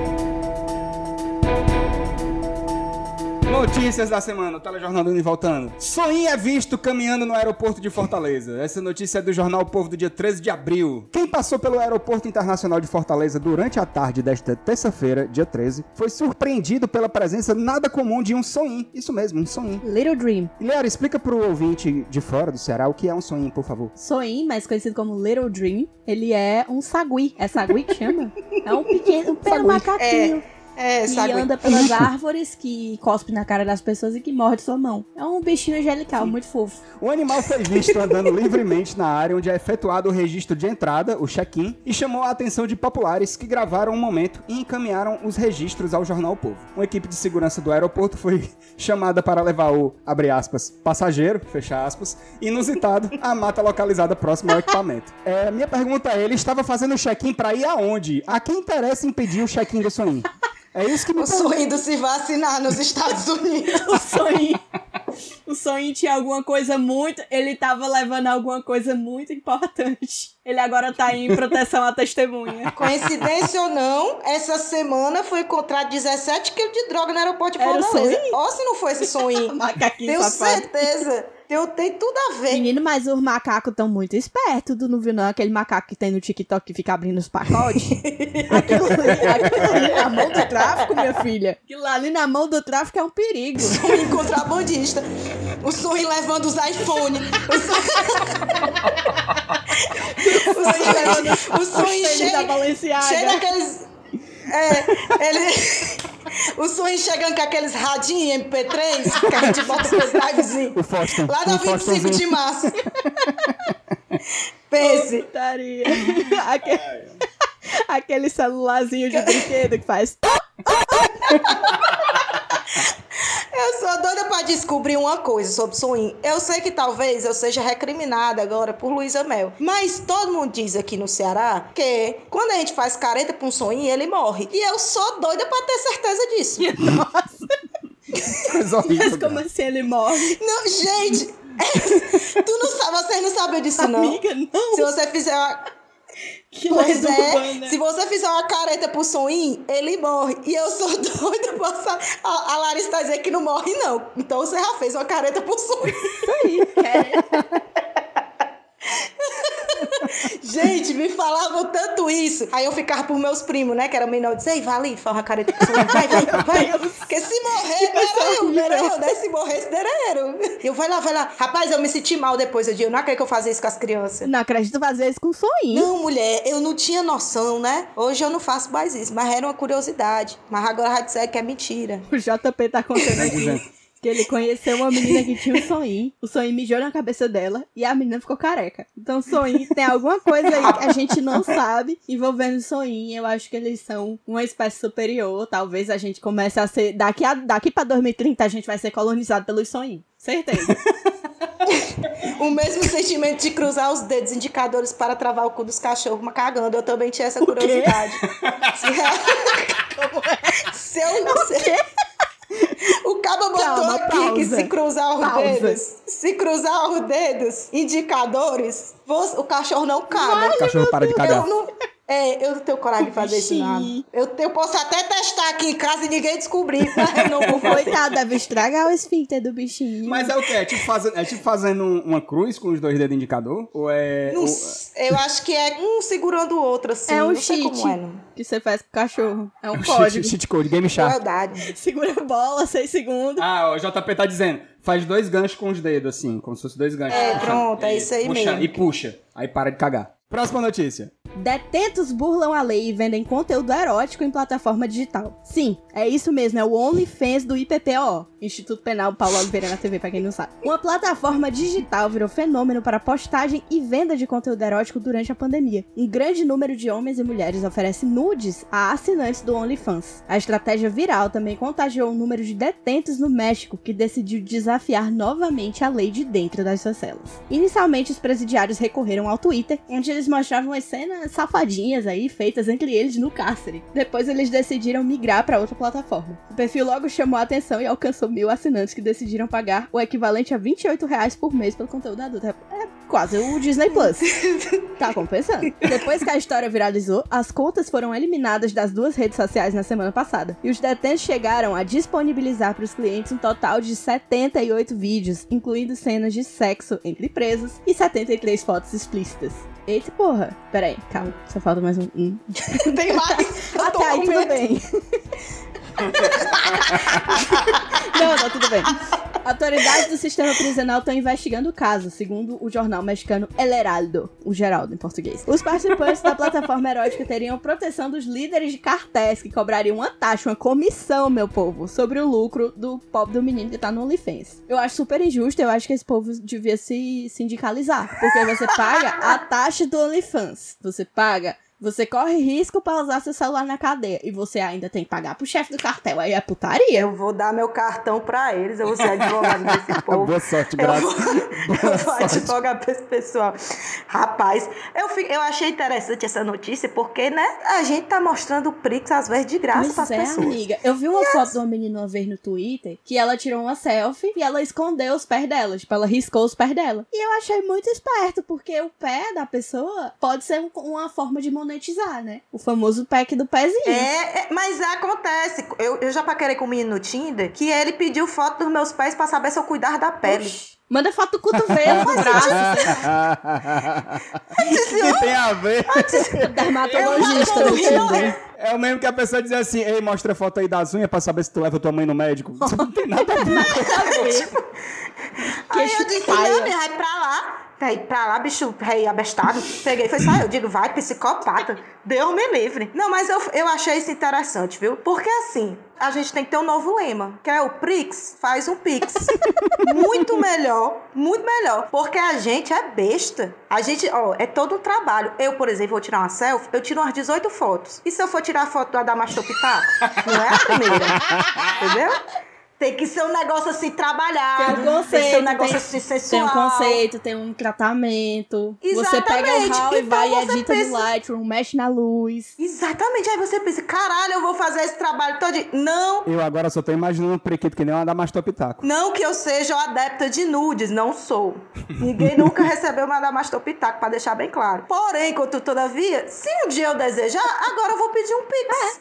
[SPEAKER 1] Notícias da semana, o telejornal do Indo e Voltando. Soninho é visto caminhando no aeroporto de Fortaleza. Essa notícia é do jornal O Povo do dia treze de abril. Quem passou pelo aeroporto internacional de Fortaleza durante a tarde desta terça-feira, dia treze, foi surpreendido pela presença nada comum de um soninho. Isso mesmo, um soninho.
[SPEAKER 3] Little Dream.
[SPEAKER 1] Leara, explica pro ouvinte de fora do Ceará o que é um soninho, por favor.
[SPEAKER 3] Soin, mais conhecido como Little Dream, ele é um sagui. É sagui que chama? É um pequeno, um pequeno
[SPEAKER 1] Sagui.
[SPEAKER 3] macaquinho.
[SPEAKER 2] É,
[SPEAKER 3] que
[SPEAKER 2] sabe?
[SPEAKER 3] anda pelas árvores, que cospe na cara das pessoas e que morde sua mão. É um bichinho angelical, Sim. muito fofo.
[SPEAKER 1] O animal foi visto andando livremente na área onde é efetuado o registro de entrada, o check-in, e chamou a atenção de populares que gravaram um momento e encaminharam os registros ao jornal O Povo. Uma equipe de segurança do aeroporto foi chamada para levar o, abre aspas, passageiro, fecha aspas, inusitado, à mata localizada próxima ao equipamento. É, minha pergunta é, ele estava fazendo o check-in para ir aonde? A quem interessa impedir o check-in do Soin? É isso que me
[SPEAKER 2] O Soin de se vacinar nos Estados Unidos.
[SPEAKER 3] O Soin... O Soin tinha alguma coisa muito... Ele tava levando alguma coisa muito importante. Ele agora tá em proteção à testemunha.
[SPEAKER 2] Coincidência ou não, essa semana foi encontrado dezessete quilos de droga no aeroporto de Fortaleza. Ó, se não foi esse Soin.
[SPEAKER 3] Macaquinho
[SPEAKER 2] Tenho
[SPEAKER 3] safado.
[SPEAKER 2] certeza. Eu tenho tudo a ver.
[SPEAKER 3] Menino, mas os macacos estão muito espertos. Tu não viu, não? Aquele macaco que tem no TikTok que fica abrindo os pacotes. Aquilo ali, aquilo ali na mão do tráfico, minha filha. Aquilo ali na mão do tráfico é um perigo.
[SPEAKER 2] Soin contrabandista. O Soin levando os iPhone. O Soin levando... O Soin cheio... Cheio daqueles... É, ele... O Soin chegando com aqueles radinhos M P três que a gente bota no drivezinho.
[SPEAKER 1] O Foston.
[SPEAKER 2] Lá da
[SPEAKER 1] o
[SPEAKER 2] vinte e cinco de março. Pense.
[SPEAKER 3] Putaria. Aquele, aquele celularzinho de brinquedo que faz...
[SPEAKER 2] Eu sou doida pra descobrir uma coisa sobre Soin. Eu sei que talvez eu seja recriminada agora por Luísa Mel. Mas todo mundo diz aqui no Ceará que quando a gente faz careta pra um Soin, ele morre. E eu sou doida pra ter certeza disso.
[SPEAKER 3] Nossa.
[SPEAKER 1] Coisa horrível.
[SPEAKER 3] Mas como assim ele morre?
[SPEAKER 2] Não, gente... É, tu não sabe, vocês não sabem disso, não.
[SPEAKER 3] Amiga, não.
[SPEAKER 2] Se você fizer uma...
[SPEAKER 3] Que
[SPEAKER 2] Pois é,
[SPEAKER 3] urbana.
[SPEAKER 2] Se você fizer uma careta pro Soin, ele morre. E eu sou doida pra sa- a, a Larissa tá dizendo que não morre, não. Então você já fez uma careta pro Soin.
[SPEAKER 3] Isso aí, quer.
[SPEAKER 2] Gente, me falavam tanto isso. Aí eu ficava pros meus primos, né? Que eram menores. Dizia, ei, vai ali, faz uma careta pro Soin. Vai, vai, vai. Porque se morrer, não era eu, não era eu, né? Se morresse, não era eu. Eu, vai lá, vai lá. Rapaz, eu me senti mal depois. Eu digo, eu não acredito que eu fazia isso com as crianças.
[SPEAKER 3] Não acredito fazer isso com Soin.
[SPEAKER 2] Não, mulher, eu não tinha noção, né? Hoje eu não faço mais isso, mas era uma curiosidade. Mas agora já disseram que é mentira.
[SPEAKER 3] O J P tá contando aqui que ele conheceu uma menina que tinha um Soin. O Soin mijou na cabeça dela e a menina ficou careca. Então o Soin tem alguma coisa aí que a gente não sabe envolvendo o Soin. Eu acho que eles são uma espécie superior. Talvez a gente comece a ser... Daqui, a, daqui pra dois mil e trinta a gente vai ser colonizado pelos Soin. Certeza.
[SPEAKER 2] O mesmo sentimento de cruzar os dedos indicadores para travar o cu dos cachorros mas cagando. Eu também tinha essa curiosidade. Se, se eu... Se... O cabo botou
[SPEAKER 3] Calma,
[SPEAKER 2] aqui
[SPEAKER 3] pausa.
[SPEAKER 2] que se cruzar os
[SPEAKER 3] Pausa.
[SPEAKER 2] dedos, se cruzar os dedos, indicadores, você- o cachorro não caga.
[SPEAKER 1] O cachorro para de cagar.
[SPEAKER 2] Eu não, é, eu não tenho coragem de fazer isso, não.
[SPEAKER 3] Bichinho.
[SPEAKER 2] Eu, eu posso até testar aqui em casa e ninguém descobrir, mas eu não vou fazer.
[SPEAKER 3] Coitado, deve estragar o esfíncter do bichinho.
[SPEAKER 1] Mas é o quê? É tipo fazendo, é tipo fazendo um- uma cruz com os dois dedos indicador? Ou é...
[SPEAKER 2] Não
[SPEAKER 1] ou-
[SPEAKER 2] s- eu acho que é um segurando o outro, assim.
[SPEAKER 3] É um
[SPEAKER 2] não sei
[SPEAKER 3] cheat
[SPEAKER 2] como é, não.
[SPEAKER 3] que você faz com o cachorro. É um
[SPEAKER 1] cheat,
[SPEAKER 3] código.
[SPEAKER 1] cheat code, Game Shark.
[SPEAKER 2] Crueldade.
[SPEAKER 3] Segura a bola, seis segundos.
[SPEAKER 1] Ah, o J P tá dizendo, faz dois ganchos com os dedos, assim, como se fosse dois ganchos.
[SPEAKER 2] É,
[SPEAKER 1] Puxa,
[SPEAKER 2] pronto, é isso aí
[SPEAKER 1] puxa,
[SPEAKER 2] mesmo.
[SPEAKER 1] E puxa, aí para de cagar. Próxima notícia.
[SPEAKER 3] Detentos burlam a lei e vendem conteúdo erótico em plataforma digital. Sim, é isso mesmo, é o OnlyFans do I P P O, Instituto Penal Paulo Oliveira na T V, pra quem não sabe. Uma plataforma digital virou fenômeno para postagem e venda de conteúdo erótico durante a pandemia. Um grande número de homens e mulheres oferece nudes a assinantes do OnlyFans. A estratégia viral também contagiou o número de detentos no México, que decidiu desafiar novamente a lei de dentro das suas celas. Inicialmente, os presidiários recorreram ao Twitter, onde eles mostravam as cenas safadinhas aí, feitas entre eles no cárcere. Depois eles decidiram migrar para outra plataforma. O perfil logo chamou a atenção e alcançou mil assinantes que decidiram pagar o equivalente a vinte e oito reais por mês pelo conteúdo adulto. É, é quase o Disney Plus. Tá compensando. Depois que a história viralizou, as contas foram eliminadas das duas redes sociais na semana passada. E os detentos chegaram a disponibilizar para os clientes um total de setenta e oito vídeos, incluindo cenas de sexo entre presos e setenta e três fotos explícitas. Eita porra. Pera aí, calma. Só falta mais um. um.
[SPEAKER 2] Tem mais. Eu tô
[SPEAKER 3] Até aí
[SPEAKER 2] com
[SPEAKER 3] tudo
[SPEAKER 2] medo.
[SPEAKER 3] bem. Não, não, tudo bem. Autoridades do sistema prisional estão investigando o caso, segundo o jornal mexicano El Heraldo, o Geraldo em português. Os participantes da plataforma erótica teriam proteção dos líderes de cartéis que cobrariam uma taxa, uma comissão, meu povo, sobre o lucro do pobre do menino que tá no OnlyFans. Eu acho super injusto, eu acho que esse povo devia se sindicalizar, porque você paga a taxa do OnlyFans, você paga... Você corre risco pra usar seu celular na cadeia. E você ainda tem que pagar pro chefe do cartel. Aí é putaria.
[SPEAKER 2] Eu vou dar meu cartão pra eles. Eu vou ser advogado desse povo.
[SPEAKER 1] Boa sorte, graças.
[SPEAKER 2] Eu vou, eu vou advogar pra esse pessoal. Rapaz, eu, fico, eu achei interessante essa notícia porque, né, a gente tá mostrando o Prix às vezes de graça
[SPEAKER 3] Pois
[SPEAKER 2] pras
[SPEAKER 3] é,
[SPEAKER 2] pessoas.
[SPEAKER 3] amiga. Eu vi uma
[SPEAKER 2] Yes.
[SPEAKER 3] foto de uma menina uma vez no Twitter que ela tirou uma selfie e ela escondeu os pés dela. Tipo, ela riscou os pés dela. E eu achei muito esperto, porque o pé da pessoa pode ser um- uma forma de monetizar, né? O famoso pack do pezinho.
[SPEAKER 2] É, é, mas acontece. Eu, eu já paquerei com um menino no Tinder que ele pediu foto dos meus pés pra saber se eu cuidar da pele.
[SPEAKER 3] Oxi. Manda foto do cotovelo, do braço.
[SPEAKER 1] que tem a ver?
[SPEAKER 3] Dermatologista do Tinder.
[SPEAKER 1] É o mesmo que a pessoa dizer assim, ei, mostra a foto aí das unhas pra saber se tu leva tua mãe no médico. Isso não tem nada a ver.
[SPEAKER 2] Aí eu
[SPEAKER 3] Que
[SPEAKER 2] disse,
[SPEAKER 3] paia.
[SPEAKER 2] não, vai pra lá. Vai pra lá, bicho rei abestado. Peguei e foi só eu digo, vai, psicopata. Deus me livre. Não, mas eu, eu achei isso interessante, viu? Porque assim, a gente tem que ter um novo lema, que é o Prix faz um Pix. Muito melhor, muito melhor. Porque a gente é besta. A gente, ó, é todo um trabalho. Eu, por exemplo, vou tirar uma selfie, eu tiro umas dezoito fotos. E se eu for tirar a foto do Adamastor Pitaco? Não é a primeira. Entendeu? Tem que ser um negócio assim trabalhado.
[SPEAKER 3] Tem um conceito,
[SPEAKER 2] tem que ser um negócio
[SPEAKER 3] tem,
[SPEAKER 2] assim sensual.
[SPEAKER 3] tem um conceito, tem um tratamento. Você pega o
[SPEAKER 2] Exatamente.
[SPEAKER 3] RAW e
[SPEAKER 2] Então
[SPEAKER 3] vai e
[SPEAKER 2] você
[SPEAKER 3] edita
[SPEAKER 2] pensa-
[SPEAKER 3] no Lightroom, mexe na luz.
[SPEAKER 2] Exatamente. Aí você pensa, caralho, eu vou fazer esse trabalho todo. de- Não,
[SPEAKER 1] Eu agora só tô imaginando um prequito que nem uma Adamastor Pitaco.
[SPEAKER 2] não que eu seja adepta de nudes, não sou. Ninguém nunca recebeu uma Adamastor Pitaco, pra deixar bem claro. Porém, contudo, todavia, se um dia eu desejar, agora eu vou pedir um Pix.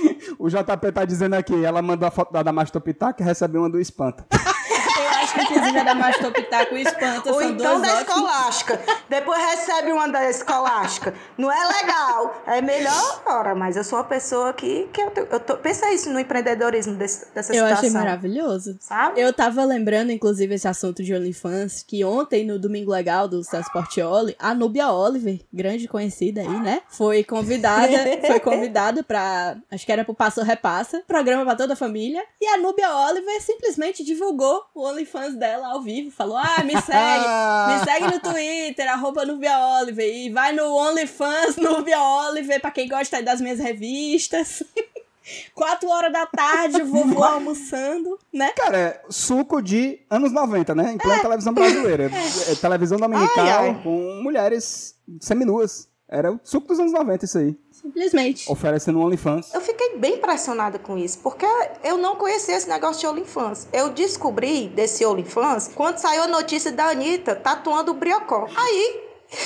[SPEAKER 1] O J P tá dizendo aqui, ela mandou a foto da Adamastor Pitaco e recebeu uma do Espanta.
[SPEAKER 3] Eu acho que inclusive a Damastor Pitaco e Espanta
[SPEAKER 2] Ou
[SPEAKER 3] são
[SPEAKER 2] então
[SPEAKER 3] dois
[SPEAKER 2] da
[SPEAKER 3] ótimos.
[SPEAKER 2] escolástica. Depois recebe uma da escolástica. Não é legal. É melhor, ora, mas eu sou uma pessoa que, que eu, tô- eu tô, pensa isso no empreendedorismo desse, dessa
[SPEAKER 3] Eu
[SPEAKER 2] situação.
[SPEAKER 3] achei maravilhoso.
[SPEAKER 2] Sabe?
[SPEAKER 3] Eu tava lembrando, inclusive, esse assunto de OnlyFans, que ontem, no Domingo Legal do Celso Portiolli, a Núbia Oliver, grande conhecida aí, né? Foi convidada, foi convidada pra, acho que era pro Passo Repassa, programa pra toda a família, e a Núbia Oliver simplesmente divulgou o OnlyFans dela ao vivo, falou, ah, me segue, me segue no Twitter, arroba Núbia Oliver, e vai no OnlyFans Núbia Oliver, pra quem gosta aí das minhas revistas. Quatro horas da tarde, o vovô almoçando, né?
[SPEAKER 1] Cara, é suco de anos noventa, né? Em plena televisão brasileira. É televisão dominical
[SPEAKER 2] Ai, ai.
[SPEAKER 1] com mulheres seminuas. Era o suco dos anos noventa isso aí.
[SPEAKER 3] Simplesmente.
[SPEAKER 1] Oferecendo um OnlyFans.
[SPEAKER 2] Eu fiquei bem impressionada com isso, porque eu não conhecia esse negócio de OnlyFans. Eu descobri desse OnlyFans quando saiu a notícia da Anitta tatuando o briocó. Aí,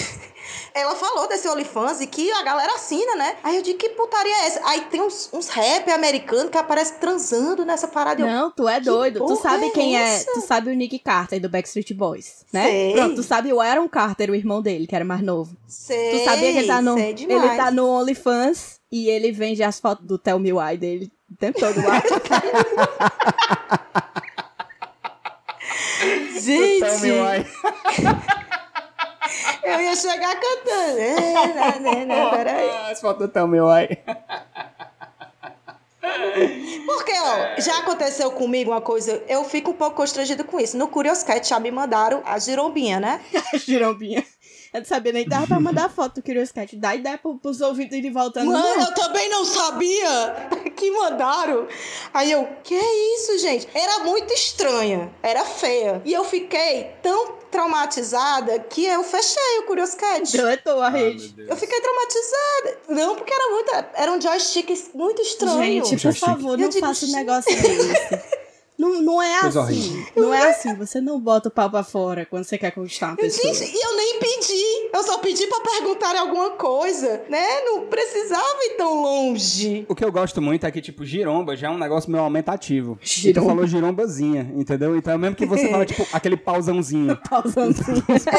[SPEAKER 2] ela falou desse OnlyFans e que a galera assina, né? Aí eu digo, que putaria é essa? Aí tem uns, uns rap americanos que aparecem transando nessa parada. Eu,
[SPEAKER 3] Não, tu é doido. Tu
[SPEAKER 2] porra
[SPEAKER 3] sabe
[SPEAKER 2] é
[SPEAKER 3] quem é.
[SPEAKER 2] essa?
[SPEAKER 3] Tu sabe o Nick Carter do Backstreet Boys, né?
[SPEAKER 2] Sei.
[SPEAKER 3] Pronto, tu sabe o Aaron Carter, o irmão dele, que era mais novo.
[SPEAKER 2] sei,
[SPEAKER 3] Tu sabia que ele tá no,
[SPEAKER 2] sei demais.
[SPEAKER 3] ele tá no OnlyFans e ele vende as fotos do Tell Me Why dele o tempo todo lá.
[SPEAKER 2] Gente,
[SPEAKER 1] Tell me why.
[SPEAKER 2] eu ia chegar cantando. É, né, né, peraí.
[SPEAKER 1] As fotos do Tell me why.
[SPEAKER 2] Porque, ó, já aconteceu comigo uma coisa, eu fico um pouco constrangida com isso. No Curious Cat já me mandaram a girombinha, né?
[SPEAKER 3] Girombinha. Eu não sabia nem que dava pra mandar foto do Curious Cat. Dá ideia pro, pros ouvintes ir voltando.
[SPEAKER 2] Mano,
[SPEAKER 3] não.
[SPEAKER 2] eu também não sabia que mandaram. Aí eu, que é isso, gente? Era muito estranha, era feia. E eu fiquei tão traumatizada que eu fechei o Curious Cat.
[SPEAKER 3] Deletou a rede.
[SPEAKER 2] Eu fiquei traumatizada. Não, porque era muito, era um joystick muito estranho.
[SPEAKER 3] Gente, por
[SPEAKER 1] Joystick.
[SPEAKER 3] favor,
[SPEAKER 2] Eu
[SPEAKER 3] não
[SPEAKER 2] digo,
[SPEAKER 3] faça um
[SPEAKER 2] gente.
[SPEAKER 3] negócio desse. Não, não é
[SPEAKER 1] Coisa
[SPEAKER 3] assim.
[SPEAKER 1] horrível.
[SPEAKER 3] Não é assim. Você não bota o pau pra fora quando você quer conquistar uma pessoa.
[SPEAKER 2] Gente, e eu nem pedi. Eu só pedi pra perguntar alguma coisa, né? Não precisava ir tão longe.
[SPEAKER 1] O que eu gosto muito é que, tipo, giromba já é um negócio meio aumentativo.
[SPEAKER 3] Giromba.
[SPEAKER 1] E tu falou girombazinha, entendeu? Então é mesmo que você fala, tipo, aquele pauzãozinho.
[SPEAKER 3] Pausãozinho.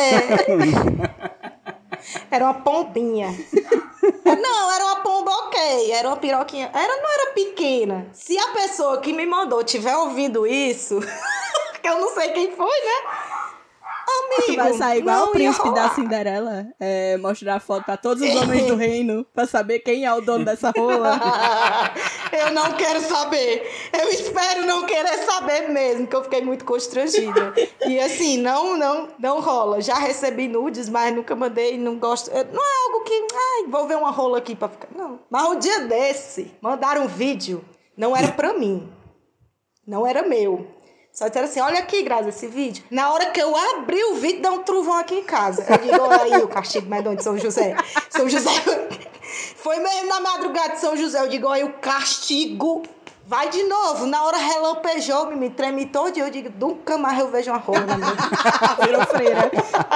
[SPEAKER 2] É. Era uma pombinha. Não, era uma pomba ok. Era uma piroquinha. Era, não era pequena. Se a pessoa que me mandou estiver ouvindo isso, que eu não sei quem foi, né? Amigo,
[SPEAKER 3] tu vai sair igual
[SPEAKER 2] não
[SPEAKER 3] o príncipe
[SPEAKER 2] ia rolar.
[SPEAKER 3] da Cinderela, é, mostrar a foto pra todos os homens do reino, pra saber quem é o dono dessa rola.
[SPEAKER 2] Eu não quero saber. Eu espero não querer saber mesmo, que eu fiquei muito constrangida. E assim, não, não, não rola. Já recebi nudes, mas nunca mandei, não gosto. Não é algo que, ai, vou ver uma rola aqui pra ficar. Não. Mas um dia desse, mandaram um vídeo, não era pra mim. Não era meu. Só disseram assim, olha aqui, Grazi, esse vídeo. Na hora que eu abri o vídeo, dá um trovão aqui em casa. Eu digo, olha aí o castigo medonho de São José. São José... Foi mesmo na madrugada de São José. Eu digo, olha aí o castigo. Vai de novo. Na hora relampejou, me tremi todo. E eu digo, nunca mais eu vejo uma rola na minha vida.
[SPEAKER 3] Virou freira.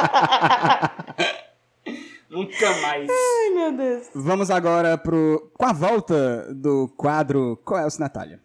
[SPEAKER 1] Nunca mais.
[SPEAKER 2] Ai, meu Deus.
[SPEAKER 1] Vamos agora pro... com a volta do quadro Qual é o Natália?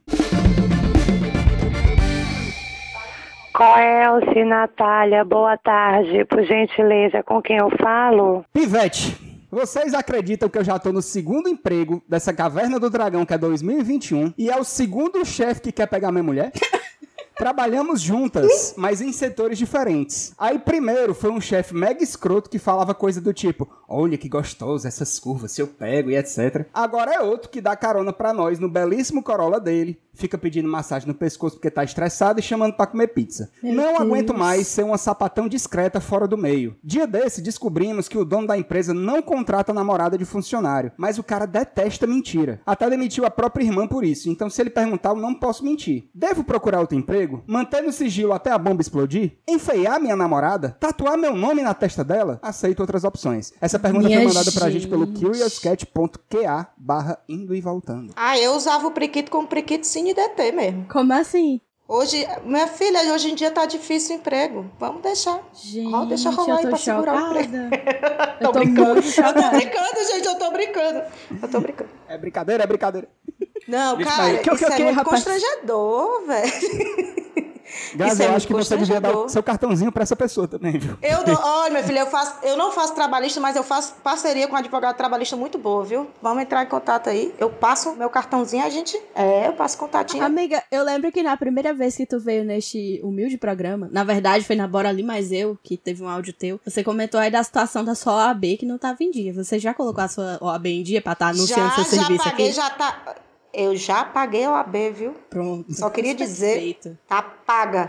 [SPEAKER 4] Qual é o se Natália? Boa tarde, por gentileza, com quem eu falo?
[SPEAKER 1] Pivete, vocês acreditam que eu já tô no segundo emprego dessa Caverna do Dragão, que é dois mil e vinte e um, e é o segundo chefe que quer pegar minha mulher? Trabalhamos juntas, mas em setores diferentes. Aí primeiro foi um chefe mega escroto que falava coisa do tipo, olha que gostoso essas curvas, se eu pego e etcétera. Agora é outro que dá carona pra nós no belíssimo Corolla dele, fica pedindo massagem no pescoço porque tá estressado e chamando pra comer pizza.
[SPEAKER 3] Meu
[SPEAKER 1] Não
[SPEAKER 3] Deus.
[SPEAKER 1] aguento mais ser uma sapatão discreta fora do meio. Dia desse, descobrimos que o dono da empresa não contrata namorada de funcionário, mas o cara detesta mentira. Até demitiu a própria irmã por isso, então se ele perguntar, eu não posso mentir. Devo procurar outro emprego? Manter no sigilo até a bomba explodir? Enfeiar minha namorada? Tatuar meu nome na testa dela? Aceito outras opções. Essa pergunta
[SPEAKER 3] Minha
[SPEAKER 1] foi mandada pra gente
[SPEAKER 3] gente.
[SPEAKER 1] pelo curiouscat ponto qa barra indo e voltando.
[SPEAKER 2] Ah, eu usava o priquito como priquito Cine D T mesmo.
[SPEAKER 3] Como assim?
[SPEAKER 2] Hoje, minha filha, hoje em dia tá difícil o emprego. Vamos deixar.
[SPEAKER 3] Gente,
[SPEAKER 2] Rola, deixa rolar
[SPEAKER 3] eu
[SPEAKER 2] aí
[SPEAKER 3] tô
[SPEAKER 2] pra segurar o emprego.
[SPEAKER 3] chocada.
[SPEAKER 2] Tô
[SPEAKER 3] Eu tô
[SPEAKER 2] brincando.
[SPEAKER 3] muito
[SPEAKER 2] Eu tô
[SPEAKER 3] chocada.
[SPEAKER 2] brincando, gente, eu tô brincando. Eu tô brincando.
[SPEAKER 1] É brincadeira, é brincadeira.
[SPEAKER 2] Não,
[SPEAKER 1] Vixe,
[SPEAKER 2] cara,
[SPEAKER 1] Maria. Que-
[SPEAKER 2] isso
[SPEAKER 1] que-
[SPEAKER 2] é
[SPEAKER 1] que,
[SPEAKER 2] muito
[SPEAKER 1] rapaz?
[SPEAKER 2] constrangedor, velho.
[SPEAKER 1] Grazi,
[SPEAKER 2] Isso é
[SPEAKER 1] eu
[SPEAKER 2] muito
[SPEAKER 1] acho que você devia dar o
[SPEAKER 2] constrangedor.
[SPEAKER 1] seu cartãozinho pra essa pessoa também, viu?
[SPEAKER 2] Eu não, olha, minha filha, eu, faço, eu não faço trabalhista, mas eu faço parceria com um advogado trabalhista muito boa, viu? Vamos entrar em contato aí. Eu passo meu cartãozinho, a gente... É, eu passo contatinho.
[SPEAKER 3] Amiga, eu lembro que na primeira vez que tu veio neste humilde programa, na verdade foi na Bora Ali Mais Eu, que teve um áudio teu, você comentou aí da situação da sua O A B que não tava em dia. Você já colocou a sua O A B em dia pra estar anunciando
[SPEAKER 2] já,
[SPEAKER 3] seu serviço
[SPEAKER 2] já paguei,
[SPEAKER 3] aqui?
[SPEAKER 2] já tá... Eu já paguei a O A B, viu?
[SPEAKER 3] Pronto.
[SPEAKER 2] Só queria dizer,
[SPEAKER 3] Perfeito.
[SPEAKER 2] tá paga.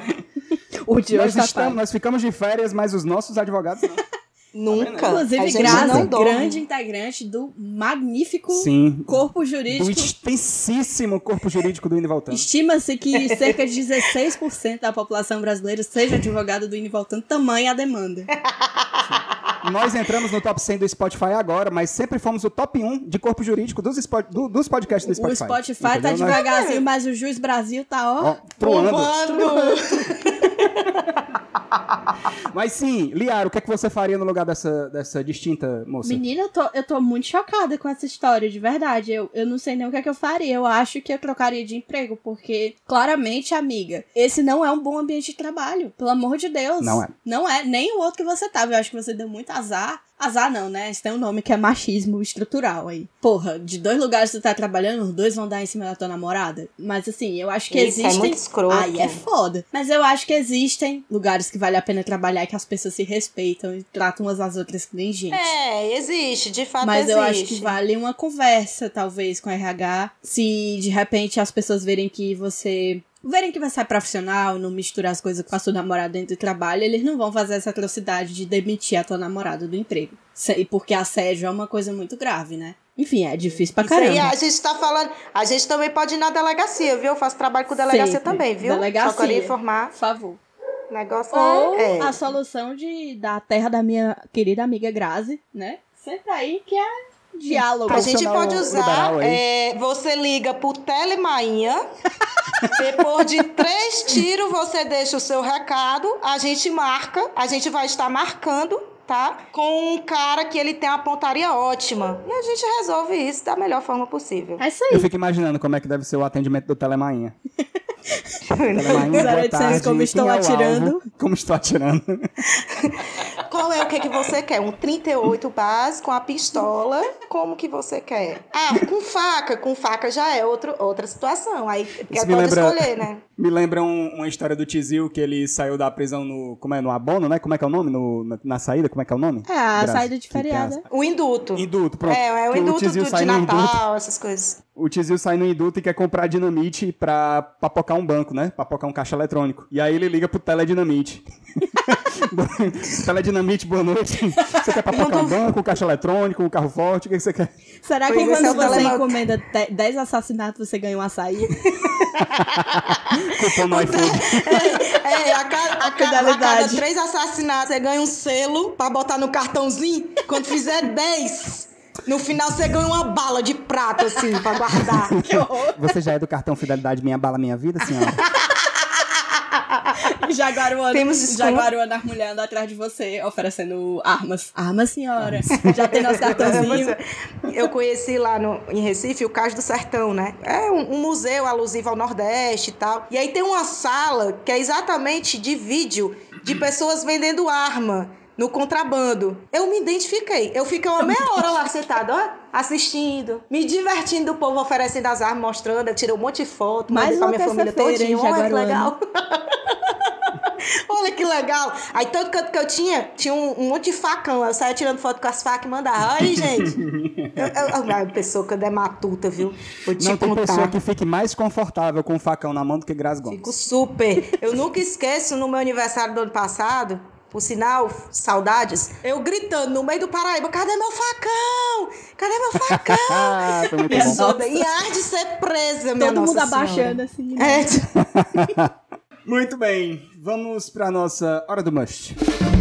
[SPEAKER 3] O de
[SPEAKER 1] Nós,
[SPEAKER 3] hoje tá
[SPEAKER 1] estamos,
[SPEAKER 3] pago.
[SPEAKER 1] nós ficamos de férias, mas os nossos advogados não.
[SPEAKER 2] Nunca. A
[SPEAKER 3] Inclusive,
[SPEAKER 2] gente
[SPEAKER 3] Grazi,
[SPEAKER 2] não dorme.
[SPEAKER 3] grande integrante do magnífico
[SPEAKER 1] Sim.
[SPEAKER 3] corpo
[SPEAKER 1] Do
[SPEAKER 3] jurídico.
[SPEAKER 1] extensíssimo corpo jurídico do Indo e Voltando.
[SPEAKER 3] Estima-se que cerca de dezesseis por cento da população brasileira seja advogado do Indo e Voltando, tamanha a demanda.
[SPEAKER 1] Nós entramos no top cem do Spotify agora, mas sempre fomos o top um de corpo jurídico dos, spo- do- dos podcasts do Spotify.
[SPEAKER 3] O Spotify tá
[SPEAKER 1] Entendeu? Nós-
[SPEAKER 3] devagarzinho, mas o Juiz Brasil tá, ó.
[SPEAKER 1] Ó, troando.
[SPEAKER 2] Bombando.
[SPEAKER 1] Mas sim, Liara, o que é que você faria no lugar dessa, dessa distinta moça?
[SPEAKER 3] Menina, eu tô, eu tô muito chocada com essa história, de verdade. Eu, eu não sei nem o que é que eu faria. Eu acho que eu trocaria de emprego, porque, claramente, amiga, esse não é um bom ambiente de trabalho. Pelo amor de Deus.
[SPEAKER 1] Não é.
[SPEAKER 3] Não é. Nem o outro que você tava. Eu acho que você deu muito azar. Azar não, né? Isso tem um nome que é machismo estrutural aí. Porra, de dois lugares que tu tá trabalhando, os dois vão dar em cima da tua namorada. Mas assim, eu acho que
[SPEAKER 2] Isso é
[SPEAKER 3] existem...
[SPEAKER 2] muito escroto.
[SPEAKER 3] Aí é foda. Mas eu acho que existem lugares que vale a pena trabalhar e que as pessoas se respeitam e tratam umas às outras que nem gente.
[SPEAKER 2] É, existe, de fato
[SPEAKER 3] Mas
[SPEAKER 2] existe.
[SPEAKER 3] eu acho que vale uma conversa, talvez, com a R H. Se de repente as pessoas verem que você... Verem que você é profissional, não mistura as coisas com a sua namorada dentro do trabalho, eles não vão fazer essa atrocidade de demitir a tua namorada do emprego. Se- Porque assédio é uma coisa muito grave, né? Enfim, é difícil pra
[SPEAKER 2] Isso aí,
[SPEAKER 3] caramba.
[SPEAKER 2] a gente tá falando... A gente também pode ir na delegacia, viu? Eu faço trabalho com delegacia
[SPEAKER 3] Sempre.
[SPEAKER 2] também, viu?
[SPEAKER 3] Delegacia.
[SPEAKER 2] Só queria informar.
[SPEAKER 3] Por favor.
[SPEAKER 2] O negócio
[SPEAKER 3] Ou
[SPEAKER 2] é... é.
[SPEAKER 3] a solução de, da terra da minha querida amiga Grazi, né? Senta aí que é diálogo.
[SPEAKER 2] A gente
[SPEAKER 1] Profissional
[SPEAKER 2] pode usar,
[SPEAKER 1] liberal aí.
[SPEAKER 2] é, você liga pro Telemainha, depois de três tiros você deixa o seu recado, a gente marca, a gente vai estar marcando, tá? Com um cara que ele tem uma pontaria ótima. E a gente resolve isso da melhor forma possível.
[SPEAKER 3] É isso
[SPEAKER 1] Eu
[SPEAKER 3] aí.
[SPEAKER 1] fico imaginando como é que deve ser o atendimento do Telemainha. Telemainha,
[SPEAKER 3] zero
[SPEAKER 1] boa
[SPEAKER 3] oitocentos,
[SPEAKER 1] tarde.
[SPEAKER 3] como
[SPEAKER 1] Quem
[SPEAKER 3] estou
[SPEAKER 1] é o
[SPEAKER 3] atirando?
[SPEAKER 1] alvo? Como estou atirando?
[SPEAKER 2] Qual é o que, que você quer? Um trinta e oito base com a pistola? Como que você quer? Ah, com faca. Com faca já é outro, outra situação. Aí pode lembra, escolher, né?
[SPEAKER 1] Me lembra um, uma história do Tizil, que ele saiu da prisão no... Como é? No abono, né? Como é que é o nome? No, na, na saída, como é que é o nome?
[SPEAKER 3] É, a
[SPEAKER 1] Graça,
[SPEAKER 3] saída de feriado.
[SPEAKER 2] O induto.
[SPEAKER 1] Induto, pronto.
[SPEAKER 2] É, é o induto
[SPEAKER 1] o do,
[SPEAKER 2] de Natal, essas coisas.
[SPEAKER 1] O Tizil sai no induto e quer comprar dinamite pra papocar um banco, né? Papocar um caixa eletrônico. E aí ele liga pro teledinamite. Teledinamite, boa noite. Você quer papocar um banco, um caixa eletrônico, um carro forte? O que você quer?
[SPEAKER 3] Será que quando você encomenda dez assassinatos, você ganha um açaí?
[SPEAKER 1] Cupom no iFood.
[SPEAKER 2] É, é a, cada, a, cada, a cada três assassinatos você ganha um selo pra botar no cartãozinho. Quando fizer dez... No final você ganha uma bala de prata, assim, pra guardar.
[SPEAKER 1] Que horror. Você já é do cartão Fidelidade Minha Bala Minha Vida, senhora?
[SPEAKER 3] Jaguaruana, Temos Jaguaruana, as mulheres andam atrás de você, oferecendo armas. Armas, senhora. Já tem nosso cartãozinho.
[SPEAKER 2] Eu conheci lá no, em Recife o Cais do Sertão, né? É um, um museu alusivo ao Nordeste e tal. E aí tem uma sala que é exatamente de vídeo de pessoas vendendo arma no contrabando. Eu me identifiquei. Eu fiquei uma meia hora lá sentada, ó, assistindo, me divertindo do povo oferecendo as armas, mostrando. Eu tirei um monte de foto, mandei pra minha família todinha. Olha que legal. Olha que legal. Aí todo canto que eu tinha, tinha um, um monte de facão. Eu saía tirando foto com as facas e mandava. Aí, gente. Eu, eu, eu, a pessoa que é matuta, viu? Vou te
[SPEAKER 1] Não
[SPEAKER 2] contar.
[SPEAKER 1] tem pessoa que fique mais confortável com o facão na mão do que Grazi Gomes.
[SPEAKER 2] Fico super. Eu nunca esqueço no meu aniversário do ano passado. Por sinal, saudades, eu gritando no meio do Paraíba, cadê meu facão? Cadê meu facão?
[SPEAKER 1] Foi muito bom.
[SPEAKER 2] Em ar de ser presa, minha
[SPEAKER 3] Todo
[SPEAKER 2] nossa
[SPEAKER 3] mundo
[SPEAKER 2] senhora.
[SPEAKER 3] abaixando assim. Né?
[SPEAKER 1] É. Muito bem, vamos pra nossa Hora do Must.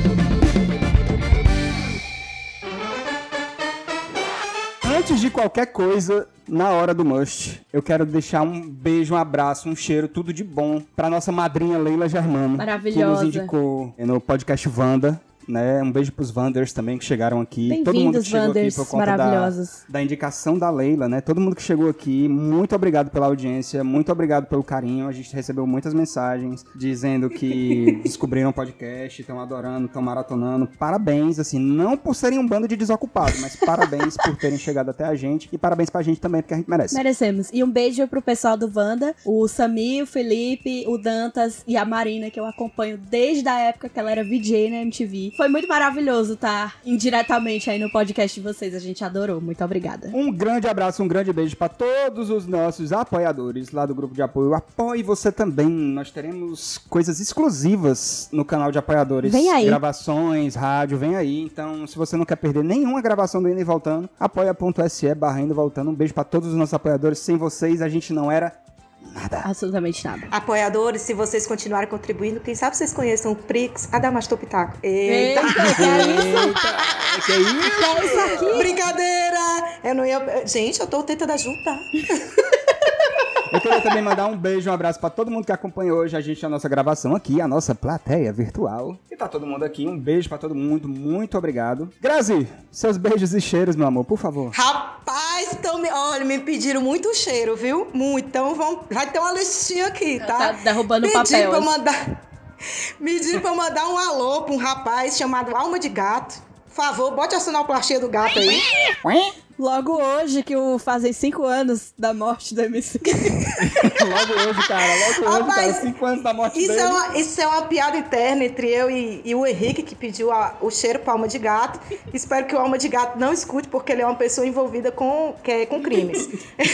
[SPEAKER 1] Antes de qualquer coisa, na Hora do Must, eu quero deixar um beijo, um abraço, um cheiro, tudo de bom pra nossa madrinha Leila Germano.
[SPEAKER 3] Maravilhosa.
[SPEAKER 1] Que nos indicou no podcast Wanda. Né? Um beijo pros Wanders também que chegaram aqui. Todo mundo que chegou aqui por conta da, da indicação da Leila, né? Todo mundo que chegou aqui, muito obrigado pela audiência, muito obrigado pelo carinho. A gente recebeu muitas mensagens dizendo que descobriram o podcast, estão adorando, estão maratonando. Parabéns, assim, não por serem um bando de desocupados, mas parabéns por terem chegado até a gente e parabéns pra gente também, porque a gente merece.
[SPEAKER 3] Merecemos. E um beijo pro pessoal do Wanda, o Samir, o Felipe, o Dantas e a Marina, que eu acompanho desde a época que ela era V J na M T V. Foi muito maravilhoso estar indiretamente aí no podcast de vocês. A gente adorou. Muito obrigada.
[SPEAKER 1] Um grande abraço, um grande beijo para todos os nossos apoiadores lá do grupo de apoio. Apoie você também. Nós teremos coisas exclusivas no canal de apoiadores.
[SPEAKER 3] Vem aí.
[SPEAKER 1] Gravações, rádio, vem aí. Então, se você não quer perder nenhuma gravação do Indo e Voltando, apoia.se barra Indo e Voltando. Um beijo para todos os nossos apoiadores. Sem vocês, a gente não era... nada.
[SPEAKER 3] Absolutamente nada.
[SPEAKER 2] Apoiadores, se vocês continuarem contribuindo, quem sabe vocês conheçam o Prix Adamastor Pitaco.
[SPEAKER 3] Eita, Eita, que é
[SPEAKER 1] isso? Que é isso?
[SPEAKER 3] Que é isso aqui?
[SPEAKER 2] Brincadeira! Eu não ia... Gente, eu tô tentando ajudar.
[SPEAKER 1] Eu queria também mandar um beijo, um abraço pra todo mundo que acompanhou hoje a gente, a nossa gravação aqui, a nossa plateia virtual. E tá todo mundo aqui, um beijo pra todo mundo, muito obrigado. Grazi, seus beijos e cheiros, meu amor, por favor.
[SPEAKER 2] Rapaz, tão me... olha, me pediram muito cheiro, viu? Muito. Então vão... vai ter uma listinha aqui, tá?
[SPEAKER 3] Tá derrubando o papel.
[SPEAKER 2] Pediram pra mandar... Me pediram pra mandar um alô pra um rapaz chamado Alma de Gato. Por favor, bote a sonoplastia do gato aí.
[SPEAKER 3] Logo hoje, que o fazem cinco anos da morte do M C.
[SPEAKER 1] Logo hoje, cara. Logo hoje,
[SPEAKER 2] Rapaz,
[SPEAKER 1] cara. Cinco anos da morte
[SPEAKER 2] isso
[SPEAKER 1] dele.
[SPEAKER 2] É uma, isso é uma piada interna entre eu e, e o Henrique, que pediu a, o cheiro pra Alma de Gato. Espero que o Alma de Gato não escute, porque ele é uma pessoa envolvida com, que é, com crimes.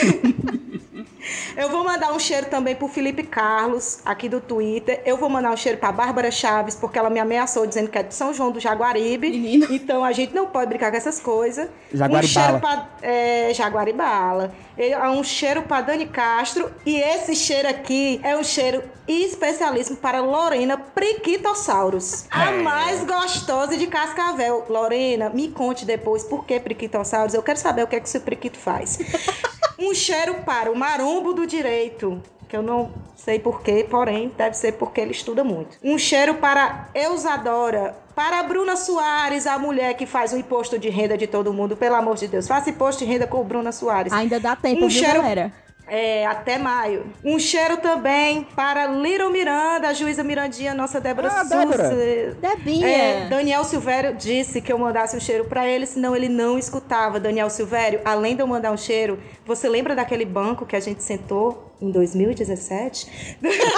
[SPEAKER 2] Eu vou mandar um cheiro também pro Felipe Carlos, aqui do Twitter. Eu vou mandar um cheiro pra Bárbara Chaves, porque ela me ameaçou dizendo que é de São João do Jaguaribe.
[SPEAKER 3] Menino.
[SPEAKER 2] Então a gente não pode brincar com essas coisas.
[SPEAKER 1] Jaguaribala.
[SPEAKER 2] Um cheiro pra, é, Jaguaribala. É um cheiro pra Dani Castro. E esse cheiro aqui é um cheiro especialíssimo para Lorena Priquitossauros. É. A mais gostosa de Cascavel. Lorena, me conte depois por que Priquitossauros. Eu quero saber o que é que esse priquito faz. Um cheiro para o marombo do direito, que eu não sei porquê, porém deve ser porque ele estuda muito. Um cheiro para Eusadora, para a Bruna Soares, a mulher que faz o imposto de renda de todo mundo. Pelo amor de Deus, faça imposto de renda com Bruna Soares.
[SPEAKER 3] Ainda dá tempo,
[SPEAKER 2] um
[SPEAKER 3] viu,
[SPEAKER 2] cheiro...
[SPEAKER 3] galera?
[SPEAKER 2] É, até maio. Um cheiro também para Little Miranda, a juíza Mirandinha, nossa Débora
[SPEAKER 1] Ah,
[SPEAKER 2] Souza.
[SPEAKER 1] Débora.
[SPEAKER 3] Debinha.
[SPEAKER 2] É, Daniel Silvério disse que eu mandasse um cheiro pra ele, senão ele não escutava. Daniel Silvério, além de eu mandar um cheiro, você lembra daquele banco que a gente sentou em dois mil e dezessete?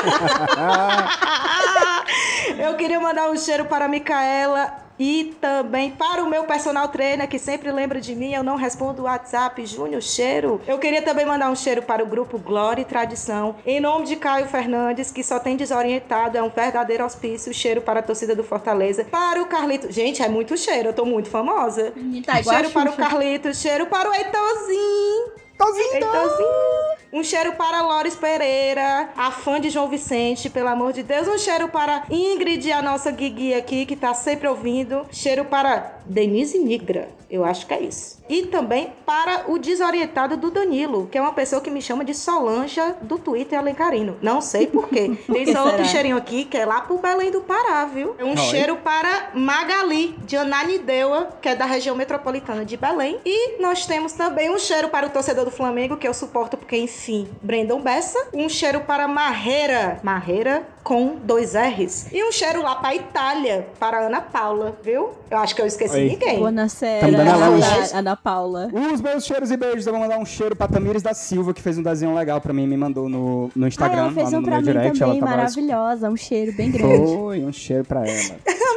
[SPEAKER 2] Eu queria mandar um cheiro para a Micaela e também para o meu personal trainer, que sempre lembra de mim, eu não respondo o WhatsApp, Júnior, cheiro. Eu queria também mandar um cheiro para o grupo Glória e Tradição, em nome de Caio Fernandes, que só tem desorientado, é um verdadeiro auspício, cheiro para a torcida do Fortaleza, para o Carlito, gente, é muito cheiro, eu tô muito famosa.
[SPEAKER 3] Tá igual
[SPEAKER 2] Cheiro
[SPEAKER 3] a
[SPEAKER 2] para o
[SPEAKER 3] Xuxa.
[SPEAKER 2] Carlito, cheiro para o Heitorzinho.
[SPEAKER 1] Tozinho.
[SPEAKER 2] Heitorzinho. Um cheiro para Loris Pereira, a fã de João Vicente, pelo amor de Deus. Um cheiro para Ingrid, a nossa Guigui aqui, que tá sempre ouvindo. Cheiro para Denise Nigra, eu acho que é isso. E também para o desorientado do Danilo, que é uma pessoa que me chama de Solanja do Twitter Alencarino. Não sei por quê. Tem só outro cheirinho aqui, que é lá pro Belém do Pará, viu? É um
[SPEAKER 1] Oi.
[SPEAKER 2] cheiro para Magali, de Ananindeua, que é da região metropolitana de Belém. E nós temos também um cheiro para o torcedor do Flamengo, que eu suporto porque, enfim, Brandon Bessa. Um cheiro para Marreira. Marreira com dois R's. E um cheiro lá pra Itália, para Ana Paula, viu? Eu acho que eu esqueci
[SPEAKER 1] Oi.
[SPEAKER 2] ninguém.
[SPEAKER 3] Buonasera,
[SPEAKER 1] Tá me dando a luz.
[SPEAKER 3] Ana, Ana Paula.
[SPEAKER 1] Os meus cheiros e beijos, eu vou mandar um cheiro pra Tamires da Silva, que fez um desenho legal pra mim e me mandou no, no
[SPEAKER 3] Ah,
[SPEAKER 1] Instagram,
[SPEAKER 3] ela fez
[SPEAKER 1] lá
[SPEAKER 3] um
[SPEAKER 1] no
[SPEAKER 3] pra
[SPEAKER 1] meu
[SPEAKER 3] mim
[SPEAKER 1] direct.
[SPEAKER 3] também,
[SPEAKER 1] Ela tava
[SPEAKER 3] maravilhosa. Um cheiro bem grande.
[SPEAKER 1] Foi, um cheiro pra ela.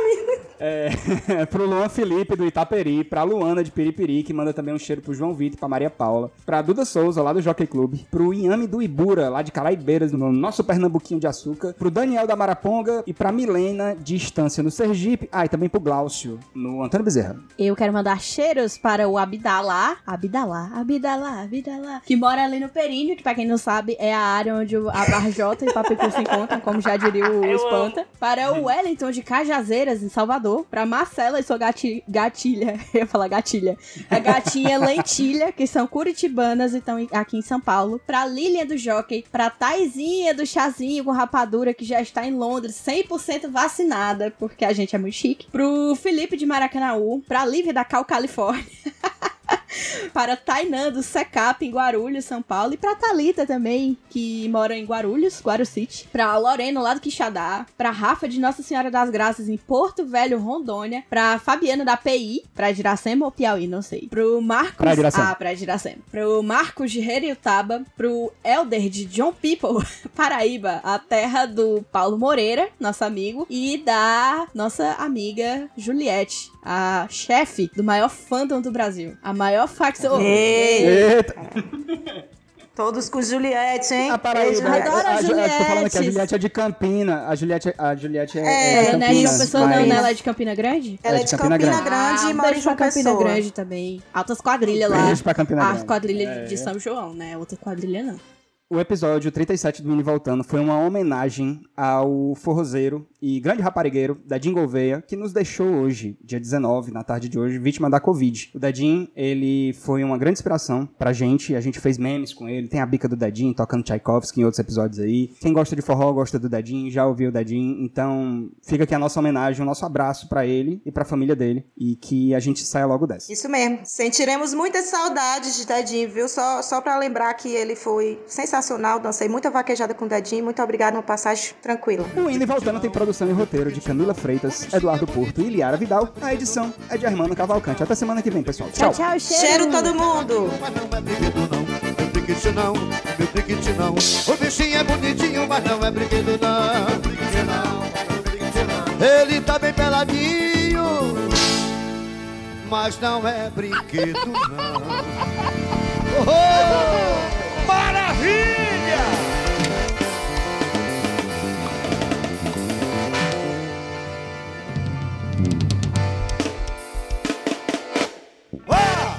[SPEAKER 1] É, pro Luan Felipe, do Itaperi, pra Luana, de Piripiri, que manda também um cheiro pro João Vitor e pra Maria Paula, pra Duda Souza, lá do Jockey Club, pro Inhame do Ibura, lá de Caraibeiras, no nosso Pernambuquinho de Açúcar, pro Daniel da Maraponga e pra Milena, de Estância, no Sergipe, ah, e também pro Glaucio, no Antônio Bezerra.
[SPEAKER 3] Eu quero mandar cheiros para o Abdalá, Abdalá, Abdalá, Abdalá, que mora ali no Períneo, que pra quem não sabe é a área onde o- a Barjota e o Papicu se encontram, como já diria o Espanta. Para o Wellington de Cajazeiras, em Salvador. Pra Marcela e sua gati- gatilha, eu ia falar gatilha, a gatinha Lentilha, que são curitibanas e estão aqui em São Paulo. Pra Lilian do Jockey, pra Taizinha do Chazinho com rapadura, que já está em Londres, cem por cento vacinada, porque a gente é muito chique. Pro Felipe de Maracanaú, pra Lívia da Cal Califórnia. Para Tainã do Secap em Guarulhos, São Paulo. E pra Thalita também, que mora em Guarulhos, Guarucity. Pra Lorena, lá do Quixadá. Pra Rafa de Nossa Senhora das Graças em Porto Velho, Rondônia. Pra Fabiana da P I, pra Iracema ou Piauí, não sei. Pro Marcos...
[SPEAKER 1] Pra Iracema.
[SPEAKER 3] Ah, pra Iracema. Pro Marcos de Heriutaba. Pro Elder de John People, Paraíba, a terra do Paulo Moreira, nosso amigo. E da nossa amiga Juliette, a chefe do maior fandom do Brasil. A maior facção...
[SPEAKER 2] Ei,
[SPEAKER 1] Eita!
[SPEAKER 2] todos com Juliette, hein?
[SPEAKER 1] A Paraíba,
[SPEAKER 2] Ei,
[SPEAKER 1] a,
[SPEAKER 3] Adoro a
[SPEAKER 1] a, a,
[SPEAKER 3] Juliette.
[SPEAKER 1] tô falando aqui, a Juliette é de Campina. A Juliette, a Juliette é,
[SPEAKER 2] É,
[SPEAKER 1] é de
[SPEAKER 3] Ela não é de
[SPEAKER 1] Campinas.
[SPEAKER 3] João Pessoa, não,
[SPEAKER 1] mas-
[SPEAKER 3] né? Ela é de Campina Grande?
[SPEAKER 2] Ela é de Campina, Grande,
[SPEAKER 3] Ah,
[SPEAKER 2] e
[SPEAKER 3] um
[SPEAKER 2] mora em
[SPEAKER 3] beijo
[SPEAKER 2] João
[SPEAKER 3] pra Campina
[SPEAKER 2] Pessoa.
[SPEAKER 3] Grande também. Altas quadrilhas lá.
[SPEAKER 1] Beijo pra Campina
[SPEAKER 3] As
[SPEAKER 1] Grande.
[SPEAKER 3] quadrilhas
[SPEAKER 1] É,
[SPEAKER 3] de
[SPEAKER 1] é.
[SPEAKER 3] São João, né? Outra quadrilha não.
[SPEAKER 1] O episódio trinta e sete do Mini Voltando foi uma homenagem ao forrozeiro e grande raparigueiro Dadinho Gouveia, que nos deixou hoje, dia dezenove, na tarde de hoje, vítima da Covid. O Dadinho, ele foi uma grande inspiração pra gente, a gente fez memes com ele, tem a bica do Dadinho tocando Tchaikovsky em outros episódios aí. Quem gosta de forró gosta do Dadinho, já ouviu o Dadinho, então fica aqui a nossa homenagem, o nosso abraço pra ele e pra família dele, e que a gente saia logo dessa.
[SPEAKER 2] Isso mesmo. Sentiremos muitas saudades de Dadinho, viu? Só, só pra lembrar que ele foi sensacional. Dancei muita vaquejada com o Dadinho. Muito obrigada, uma passagem tranquila.
[SPEAKER 1] O Indo e Voltando tem produção e roteiro de Camila Freitas, Eduardo Porto e Liara Vidal. A edição é de Armando Cavalcante. Até semana que vem, pessoal.
[SPEAKER 3] Tchau,
[SPEAKER 1] Tchau.
[SPEAKER 3] tchau, cheiro.
[SPEAKER 2] Cheiro todo mundo!
[SPEAKER 5] Mas não é brinquedo não, meu brinquedo não, meu brinquedo não. O bichinho é bonitinho, mas não é brinquedo não, brinquedo não, brinquedo não. Ele tá bem peladinho, mas não é brinquedo não. Oh, maravilha! Ah!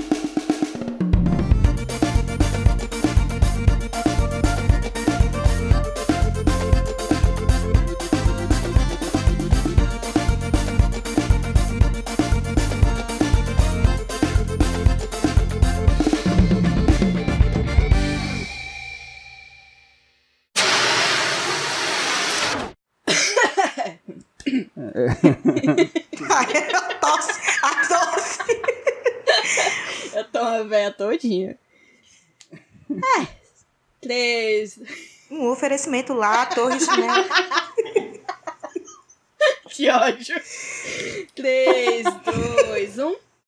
[SPEAKER 2] Ai, a tosse, a tosse.
[SPEAKER 3] Eu tô uma véia todinha. É, Três.
[SPEAKER 2] Um oferecimento lá, Torre Chinelo.
[SPEAKER 3] Que ódio. Três, dois...